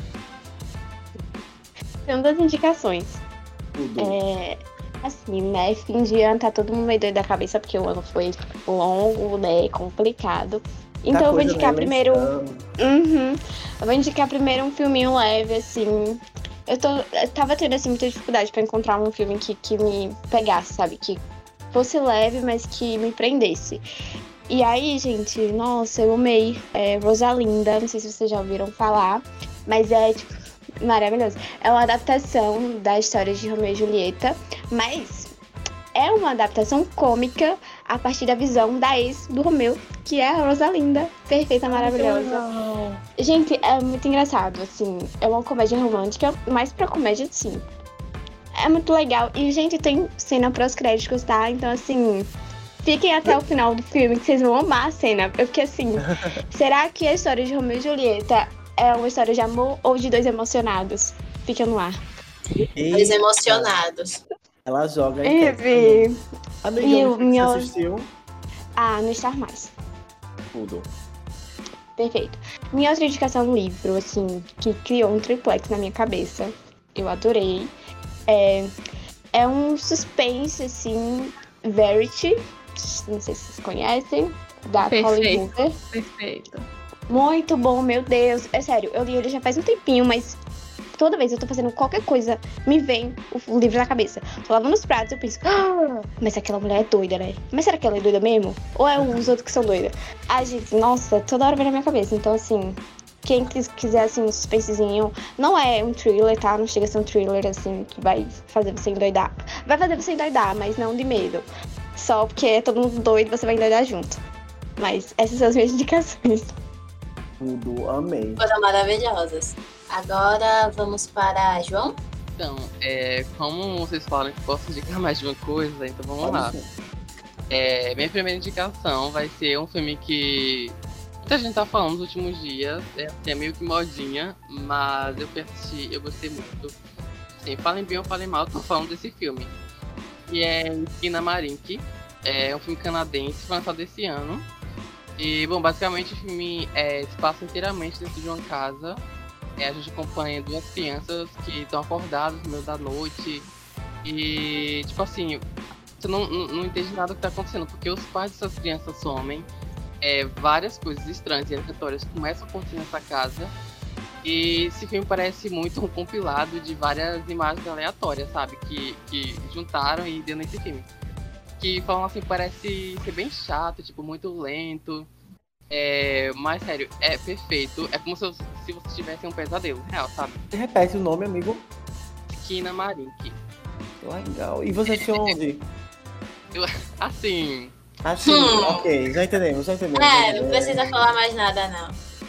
Tem das indicações. Tudo. Assim, né, fim de ano tá todo mundo meio doido da cabeça, porque o ano foi longo, né, complicado. Então eu vou indicar primeiro... Eu vou indicar primeiro um filminho leve, assim. Eu tava tendo, assim, muita dificuldade pra encontrar um filme que me pegasse, sabe? Que fosse leve, mas que me prendesse. E aí, gente, nossa, eu amei. Rosalinda, não sei se vocês já ouviram falar, mas é, tipo, maravilhoso. É uma adaptação da história de Romeu e Julieta, mas é uma adaptação cômica a partir da visão da ex do Romeu, que é a Rosalinda, perfeita, maravilhosa. Gente, é muito engraçado, assim, é uma comédia romântica, mas pra comédia, sim. É muito legal. E, gente, tem cena pós-créditos, tá? Então, assim, fiquem até o final do filme, que vocês vão amar a cena. Porque, assim, será que a história de Romeu e Julieta é uma história de amor ou de dois emocionados? Fica no ar. Dois emocionados. Ela joga aí. Amiga, você assistiu? No Star Mais. Tudo. Perfeito. Minha outra indicação é um livro, assim, que criou um triplex na minha cabeça. Eu adorei. É um suspense, assim, Verity. Não sei se vocês conhecem. Da Colleen Hoover. Perfeito. Muito bom, meu Deus. É sério, eu li ele já faz um tempinho, mas toda vez eu tô fazendo qualquer coisa, me vem o livro na cabeça. Tô lavando os pratos, eu penso, mas aquela mulher é doida, né? Mas será que ela é doida mesmo? Ou é os outros que são doidas? Ai, gente, nossa, toda hora vem na minha cabeça. Então, assim, quem quiser, assim, um suspensezinho, não é um thriller, tá? Não chega a ser um thriller, assim, que vai fazer você endoidar. Vai fazer você endoidar, mas não de medo. Só porque é todo mundo doido, você vai endoidar junto. Mas essas são as minhas indicações. Tudo, amei. Foram maravilhosas. Agora vamos para João. Então, como vocês falam que posso indicar mais de uma coisa, então vamos lá. Minha primeira indicação vai ser um filme que muita gente tá falando nos últimos dias, é meio que modinha, mas eu assisti, eu gostei muito. Sim, falem bem ou falem mal, tô falando desse filme. E é Skinamarink, é um filme canadense, foi lançado esse ano. E, bom, basicamente o filme se passa inteiramente dentro de uma casa. A gente acompanha duas crianças que estão acordadas no meio da noite. E, tipo assim, você não entende nada do que tá acontecendo, porque os pais dessas crianças somem. Várias coisas estranhas e aleatórias começam a acontecer nessa casa. E esse filme parece muito um compilado de várias imagens aleatórias, sabe? Que juntaram e deu nesse filme. Que falam assim, parece ser bem chato, tipo, muito lento. Mas sério, é perfeito. É como se você tivesse um pesadelo real, sabe? Você repete o nome, amigo? Skinamarink. Legal. E você assistiu onde? Assim, ok, já entendemos. Não precisa falar mais nada, não.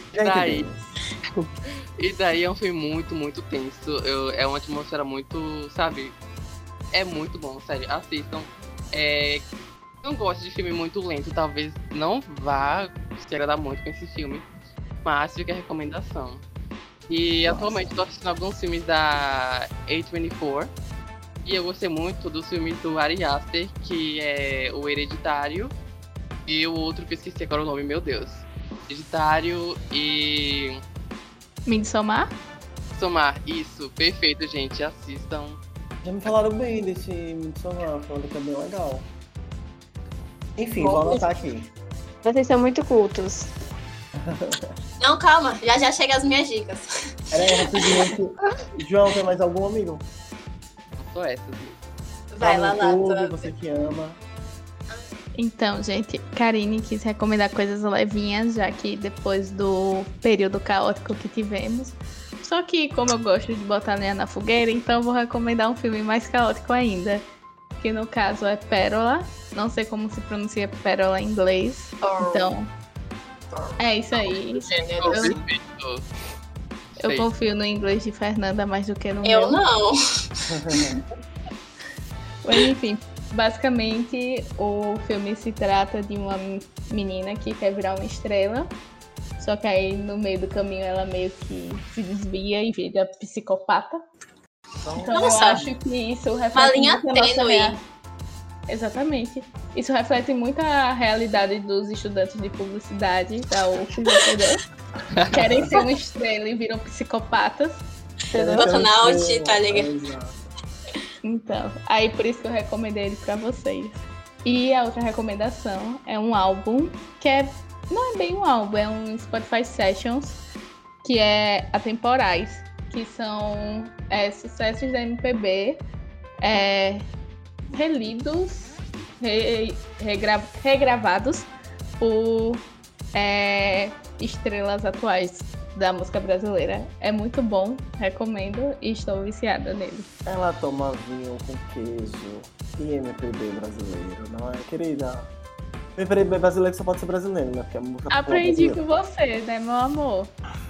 E daí é um filme muito, muito tenso. É uma atmosfera muito, sabe? É muito bom, sério. Assistam. Não gosto de filme muito lento, talvez não vá se agradar muito com esse filme, mas fica a recomendação. E atualmente estou assistindo alguns filmes da A24 e eu gostei muito dos filmes do Ari Aster, que é o Hereditário e o outro que eu esqueci agora o nome, meu Deus. Hereditário e... Midsommar? Midsommar, isso, perfeito, gente, assistam. Já me falaram bem desse Midsommar, falaram que é bem legal. Enfim, vou anotar aqui. Vocês são muito cultos. Não, calma, já chega as minhas dicas. Peraí, rapidinho. João, tem mais algum amigo? Só essas. Vai lá, você que ama. Então, gente, Karine quis recomendar coisas levinhas, já que depois do período caótico que tivemos. Só que, como eu gosto de botar lenha na fogueira, então eu vou recomendar um filme mais caótico ainda. Que no caso é Pérola. Não sei como se pronuncia Pérola em inglês. Então, é isso aí. Eu Sei. confio no inglês de Fernanda mais do que no Eu meu. não. Mas enfim, basicamente o filme se trata de uma menina que quer virar uma estrela. Só que aí no meio do caminho ela meio que se desvia e vira psicopata. Então Nossa, eu acho que isso uma reflete linha muito a nossa tênue. Exatamente. Isso reflete muito a realidade dos estudantes de publicidade da UFES, entendeu? Querem ser uma estrela e viram psicopatas. Entendeu? Burnout, tá ligado? Exato. Então, aí por isso que eu recomendei ele pra vocês. E a outra recomendação é um álbum que não é bem um álbum, é um Spotify Sessions, que é atemporais, que são sucessos da MPB relidos, regravados por estrelas atuais da música brasileira. É muito bom, recomendo e estou viciada nele. Ela toma vinho com queijo e MPB brasileiro, não é, querida? MPB brasileiro só pode ser brasileiro, né? Porque é música Aprendi brasileira. com você, né, meu amor?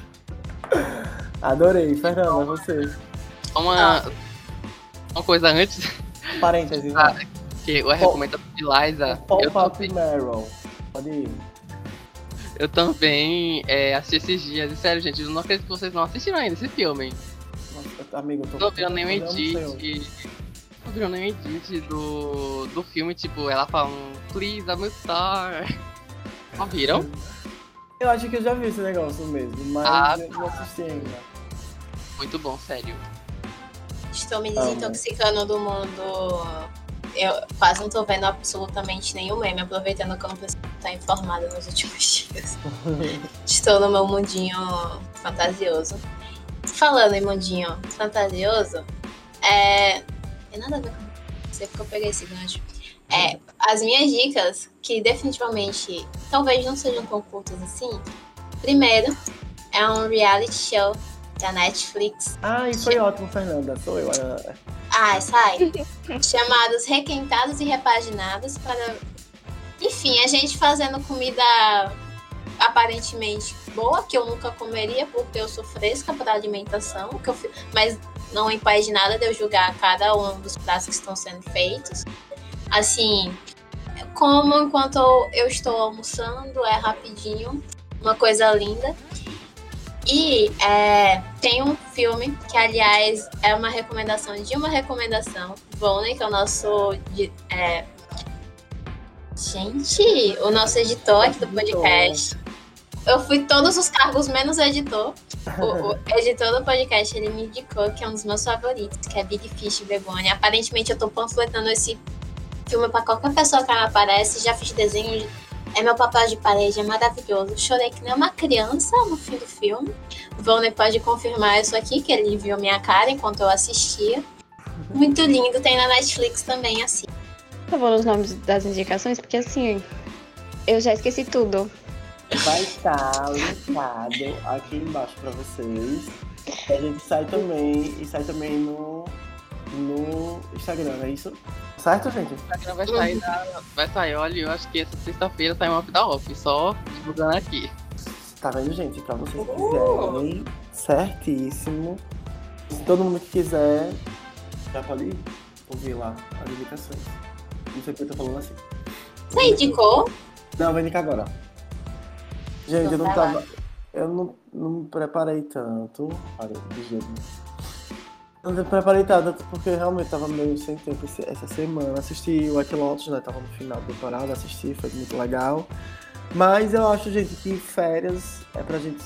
Adorei, Fernanda, você. Uma coisa antes, Parênteses, lá. que eu recomendo de Liza. Pop-up Meryl. Pode ir. Eu também assisti esses dias. E sério, gente, eu não acredito que vocês não assistiram ainda esse filme. Nossa, amigo, eu tô Não viram nenhum eu não sei edit. Não viram nenhum edit do filme, tipo, ela falando, please, I'm a star. Não viram? Eu acho que eu já vi esse negócio mesmo, mas Ah, eu não assisti ainda. Muito bom, sério. Estou me desintoxicando do mundo. Eu quase não tô vendo absolutamente nenhum meme, aproveitando que eu não preciso estar informada nos últimos dias. Estou no meu mundinho fantasioso. Falando em mundinho fantasioso, tem nada a ver com você, porque eu peguei esse gancho. As minhas dicas, que definitivamente talvez não sejam tão curtas assim. Primeiro, é um reality show da Netflix. Ah, e foi ótimo, Fernanda. Sou eu. Sai. Chamados Requentados e Repaginados para... Enfim, a gente fazendo comida aparentemente boa, que eu nunca comeria, porque eu sou fresca para alimentação, mas não impede nada de eu julgar cada um dos pratos que estão sendo feitos. Assim, como enquanto eu estou almoçando, é rapidinho, uma coisa linda. E tem um filme que, aliás, é uma recomendação de uma recomendação. Volney, que é o nosso... o nosso editor aqui do podcast. Eu fui todos os cargos, menos o editor. O editor do podcast, ele me indicou que é um dos meus favoritos, que é Big Fish Begonia. Aparentemente, eu tô panfletando esse filme pra qualquer pessoa que me aparece. Já fiz desenho, é meu papel de parede, é maravilhoso. Chorei que nem uma criança no fim do filme. O Volney pode confirmar isso aqui, que ele viu minha cara enquanto eu assistia. Muito lindo, tem na Netflix também, assim. Eu vou nos nomes das indicações, porque assim, eu já esqueci tudo. Vai estar linkado aqui embaixo pra vocês. A gente sai também no Instagram, é isso? Certo, gente? O Instagram vai sair, olha, eu acho que essa sexta-feira sai uma off da off, só divulgando aqui. Tá vendo, gente? Pra vocês que quiserem, certíssimo. Se todo mundo que quiser, já pode ouvir lá as indicações. Não sei porque eu tô falando assim. Você indicou? Não, vou indicar agora. Gente, eu não me preparei tanto. Olha, de jeito. Não me preparei tanto porque realmente tava meio sem tempo essa semana. Assisti o White Lotus, né? Tava no final da temporada, assisti, foi muito legal. Mas eu acho, gente, que férias é pra gente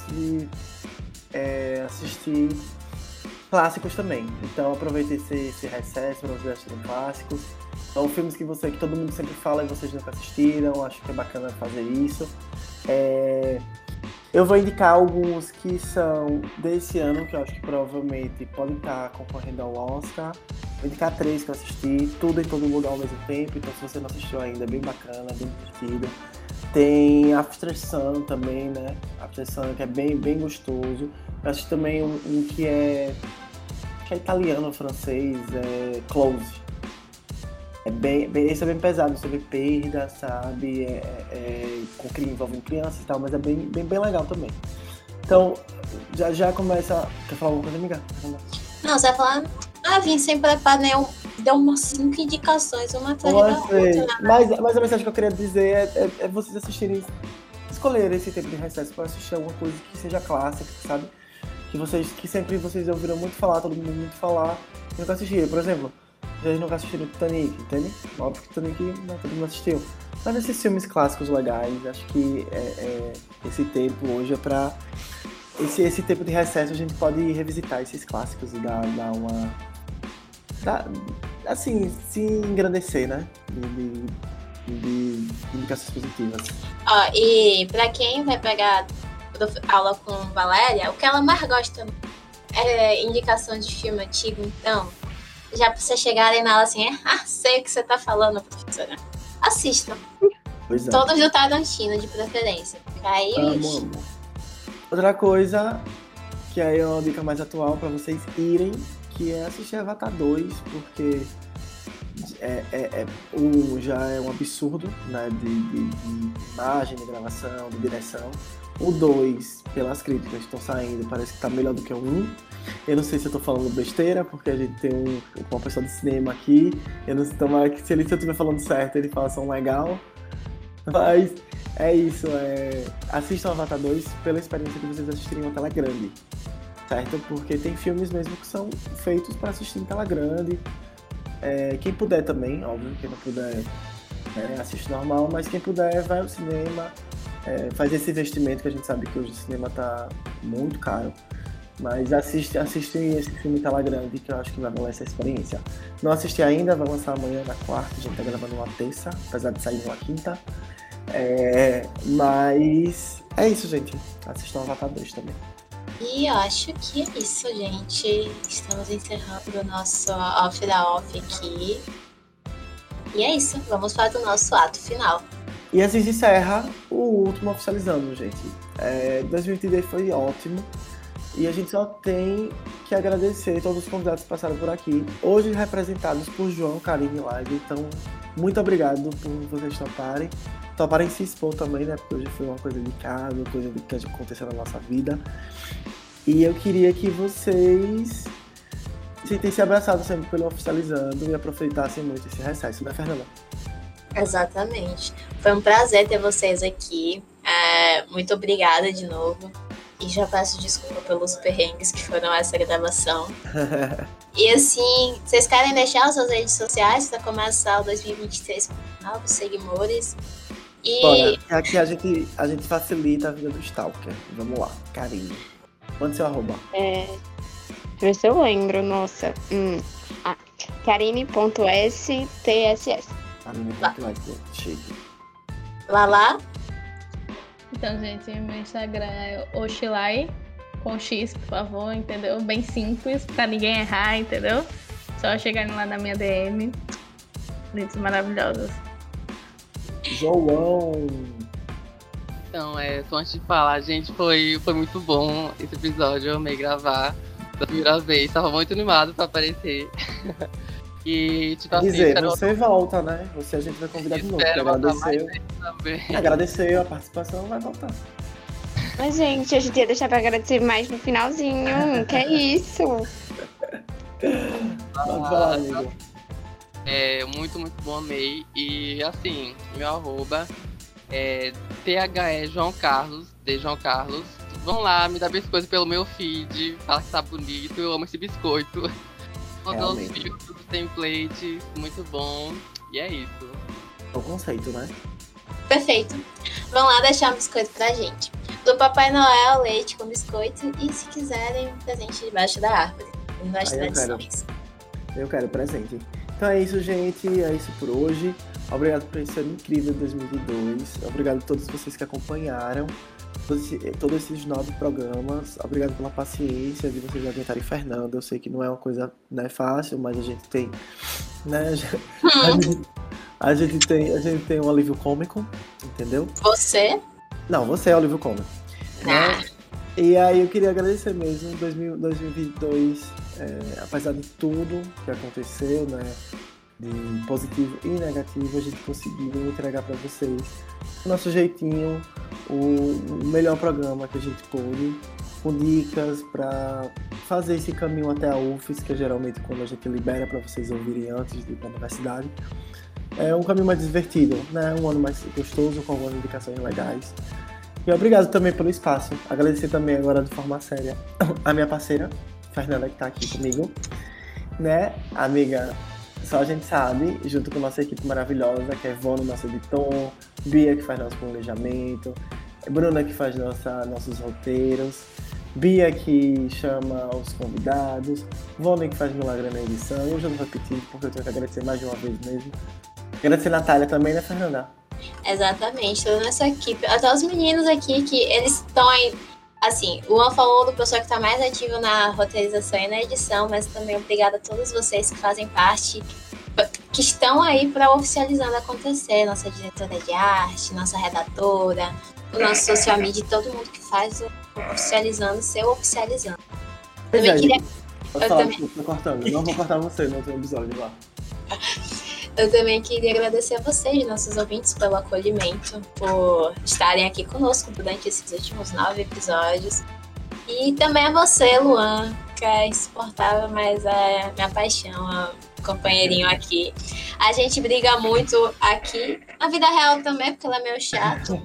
assistir clássicos também. Então aproveite esse recesso pra vocês assistirem clássicos. São filmes que todo mundo sempre fala e vocês nunca assistiram. Acho que é bacana fazer isso. Eu vou indicar alguns que são desse ano, que eu acho que provavelmente podem estar concorrendo ao Oscar. Vou indicar 3 que eu assisti, tudo em todo lugar ao mesmo tempo. Então se você não assistiu ainda, é bem bacana, bem divertido. Tem After Sun também, né? After Sun, que é bem, bem gostoso. Eu assisti também um que é italiano, francês, Close. Esse é bem pesado sobre perda, sabe? Envolvendo crianças e tal, mas é bem legal também. Então, já começa... Quer falar alguma coisa, amiga? Não, você vai falar... vim sem preparo nenhum. Deu umas 5 indicações, uma atrás da outra. Né? Mas a mensagem que eu queria dizer é vocês assistirem, escolherem esse tempo de recesso para assistir alguma coisa que seja clássica, sabe? Que sempre vocês ouviram muito falar, todo mundo muito falar, e nunca assistiram. Por exemplo, vocês nunca assistiram Titanic, entende? Óbvio que Titanic não todo mundo assistiu. Mas esses filmes clássicos legais, acho que esse tempo hoje é pra... Esse tempo de recesso a gente pode revisitar esses clássicos e dar uma... assim, se engrandecer, né? De indicações positivas. E pra quem vai pegar aula com Valéria, o que ela mais gosta é indicação de filme antigo, então, já pra você chegarem nela assim, sei o que você tá falando, professora. Assistam. Pois é. Todos do Tarantino, de preferência. Aí, amo. Outra coisa, que aí é uma dica mais atual pra vocês irem, que é assistir Avatar 2, porque já é um absurdo, né, de imagem, de gravação, de direção. O 2, pelas críticas que estão saindo, parece que tá melhor do que o 1. Eu não sei se eu tô falando besteira, porque a gente tem uma pessoa de cinema aqui. Eu não sei, tomara que se eu estiver falando certo, ele fala som legal. Mas é isso, assistam Avatar 2 pela experiência de vocês assistirem uma tela grande, certo? Porque tem filmes mesmo que são feitos para assistir em tela grande. Quem puder também, óbvio, quem não puder assiste normal, mas quem puder vai ao cinema, faz esse investimento, que a gente sabe que hoje o cinema tá muito caro, mas assiste esse filme em tela grande, que eu acho que vai valer essa experiência. Não assisti ainda, vai lançar amanhã na quarta, a gente tá gravando uma terça, apesar de sair uma quinta. Mas é isso, gente. Assistam Avatar 2 também. E eu acho que é isso, gente. Estamos encerrando o nosso off da off aqui. E é isso. Vamos para o nosso ato final. E assim se encerra o último Oficializando, gente. 2022 foi ótimo. E a gente só tem que agradecer todos os convidados que passaram por aqui. Hoje representados por João, Karine e Live. Então, muito obrigado por vocês toparem se expor também, né? Porque hoje foi uma coisa de casa, uma coisa que aconteceu na nossa vida. E eu queria que vocês se sentissem abraçados sempre pelo Oficializando e aproveitassem muito esse recesso, né, Fernanda? Exatamente. Foi um prazer ter vocês aqui. Muito obrigada de novo. E já peço desculpa pelos perrengues que foram essa gravação. E assim, vocês querem deixar as suas redes sociais para começar o 2023 com novos seguidores? Bora, aqui a gente facilita a vida do Stalker. Vamos lá, Karine. Manda seu arroba. Deixa eu ver se eu lembro, nossa. Karine.stss. Karine.stss. Chique. Lá. Então, gente, meu Instagram é Oxilai, com X, por favor, entendeu? Bem simples, pra ninguém errar, entendeu? Só chegarem lá na minha DM. Lindos maravilhosos. João. Então, só antes de falar, gente, foi muito bom esse episódio, eu amei gravar da primeira vez, tava muito animado pra aparecer. E, tipo assim, você volta, né? A gente vai convidar de novo. Agradeceu a participação, vai voltar. Mas, gente, a gente ia deixar pra agradecer mais no finalzinho. Que é isso? Vamos falar, amigo. Muito, muito bom, amei. E, assim, meu arroba é THE João Carlos, de João Carlos. Vão lá, me dá biscoito pelo meu feed, fala que tá bonito, eu amo esse biscoito. Todos os vídeos, templates, muito bom. E é isso. É o conceito, né? Perfeito. Vão lá deixar um biscoito pra gente. Do Papai Noel, leite com biscoito. E se quiserem, um presente debaixo da árvore. Nas tradições. Eu quero presente. Então é isso, gente. É isso por hoje. Obrigado por esse ano incrível de 2022. Obrigado a todos vocês que acompanharam todos esses 9 programas. Obrigado pela paciência de vocês aguentarem Fernanda. Eu sei que não é uma coisa, né, fácil, mas a gente tem, né, a gente tem um alívio cômico, entendeu? Você? Não, você é o alívio cômico. Né? E aí eu queria agradecer mesmo 2022, apesar de tudo que aconteceu, né, de positivo e negativo, a gente conseguiu entregar para vocês o nosso jeitinho, o melhor programa que a gente pôde, com dicas para fazer esse caminho até a UFES, que é geralmente quando a gente libera para vocês ouvirem antes de ir para a universidade. É um caminho mais divertido, né? Um ano mais gostoso, com algumas indicações legais. E obrigado também pelo espaço. Agradecer também agora de forma séria a minha parceira, Fernanda, que está aqui comigo, né? Amiga, só a gente sabe, junto com nossa equipe maravilhosa, que é Vono, nosso editor, Bia, que faz nosso planejamento, Bruna, que faz nossos roteiros, Bia, que chama os convidados, Vono, que faz milagre na edição. Eu já não vou repetir, porque eu tenho que agradecer mais de uma vez mesmo. Agradecer a Natália também, né, Fernanda? Exatamente, toda nossa equipe. Até os meninos aqui, que eles estão aí. Assim, o Luan falou do pessoal que está mais ativo na roteirização e na edição, mas também obrigada a todos vocês que fazem parte, que estão aí para oficializando acontecer. Nossa diretora de arte, nossa redatora, o nosso social media, todo mundo que faz o oficializando, seu oficializando. Também queria. Tô cortando, não vou cortar você no outro episódio lá. Eu também queria agradecer a vocês, nossos ouvintes, pelo acolhimento, por estarem aqui conosco durante esses últimos 9 episódios. E também a você, Luan, que é insuportável, mas é minha paixão, companheirinho aqui. A gente briga muito aqui, na vida real também, porque ela é meio chato.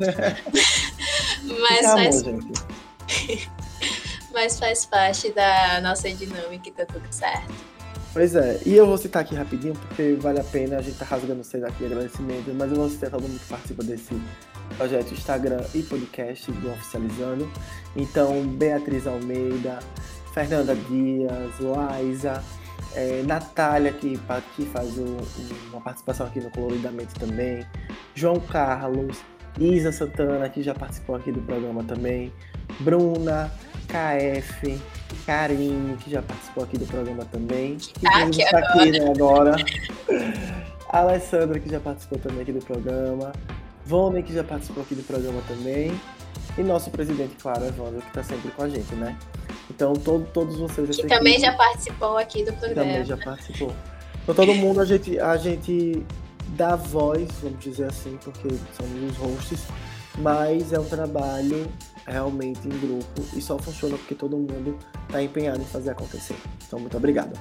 Mas faz parte da nossa dinâmica e tá tudo certo. Pois é, e eu vou citar aqui rapidinho, porque vale a pena, a gente tá rasgando vocês aqui agradecimento, mas eu vou citar todo mundo que participa desse projeto Instagram e podcast do Oficializando. Então, Beatriz Almeida, Fernanda Dias, Laísa, Natália, que faz uma participação aqui no Coloridamente também, João Carlos, Isa Santana, que já participou aqui do programa também, Bruna, KF, Karine, que já participou aqui do programa também. Que está aqui, né, agora. A Alessandra, que já participou também aqui do programa. Vômen, que já participou aqui do programa também. E nosso presidente, claro, Evandro, que está sempre com a gente, né? Então, todos vocês... Que também já participou aqui do programa. Também já participou. Então, todo mundo, a gente dá voz, vamos dizer assim, porque somos os hosts, mas é um trabalho realmente em grupo e só funciona porque todo mundo está empenhado em fazer acontecer. Então, muito obrigado.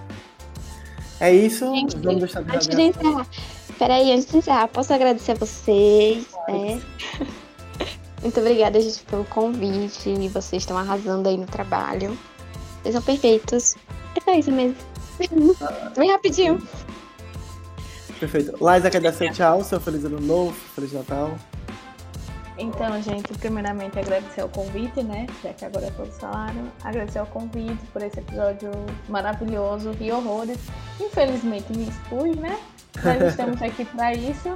É isso. Gente, vamos deixar de antes de encerrar. Peraí, antes de encerrar, posso agradecer a vocês, né? Muito obrigada, gente, pelo convite. E vocês estão arrasando aí no trabalho. Vocês são perfeitos. É só isso mesmo. Bem rapidinho. Perfeito. Laísa, quer dar seu tchau, seu feliz ano novo, feliz Natal. Então, gente, primeiramente agradecer o convite, né? Já que agora todos falaram. Agradecer o convite por esse episódio maravilhoso e horrores. Infelizmente me expus, né? Mas estamos aqui para isso.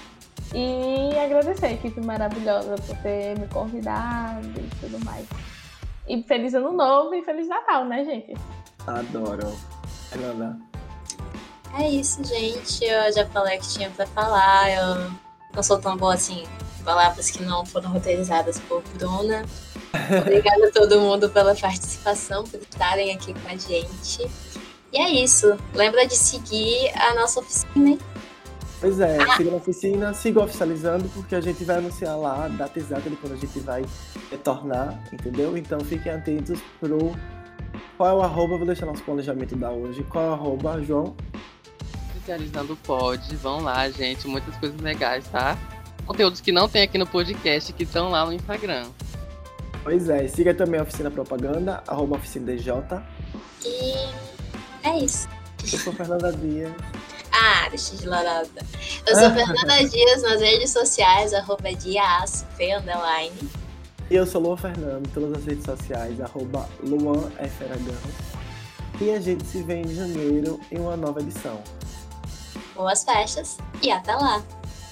E agradecer a equipe maravilhosa por ter me convidado e tudo mais. E feliz ano novo e feliz Natal, né, gente? Adoro. Fernanda. É isso, gente. Eu já falei que tinha pra falar. Eu não sou tão boa assim. Palavras que não foram roteirizadas por Bruna. Obrigada a todo mundo pela participação, por estarem aqui com a gente. E é isso. Lembra de seguir a nossa oficina, hein? Pois é, siga a oficina, siga oficializando, porque a gente vai anunciar lá a data exata de quando a gente vai retornar, entendeu? Então fiquem atentos pro... Qual é o arroba? Vou deixar nosso planejamento da hoje. Qual é o arroba, João? Oficializando Pod. Vão lá, gente. Muitas coisas legais, tá? Conteúdos que não tem aqui no podcast, que estão lá no Instagram. Pois é, siga também a Oficina Propaganda, arroba Oficina DJ. E é isso. Eu sou Fernanda Dias. Deixa de larada. Eu sou Fernanda Dias nas redes sociais, arroba Dias, _. E eu sou Luan Fernando, todas as redes sociais, arroba Luan F. Aragão. E a gente se vê em janeiro em uma nova edição. Boas festas e até lá!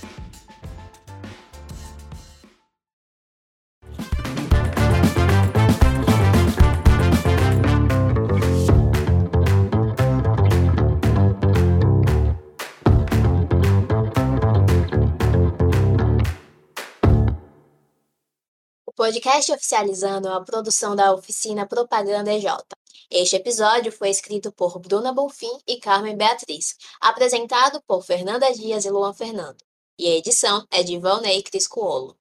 O podcast Oficializando é uma produção da Oficina Propaganda EJ. Este episódio foi escrito por Bruna Bonfim e Carmen Beatriz, apresentado por Fernanda Dias e Luan Fernando. E a edição é de Valnei Criscuolo.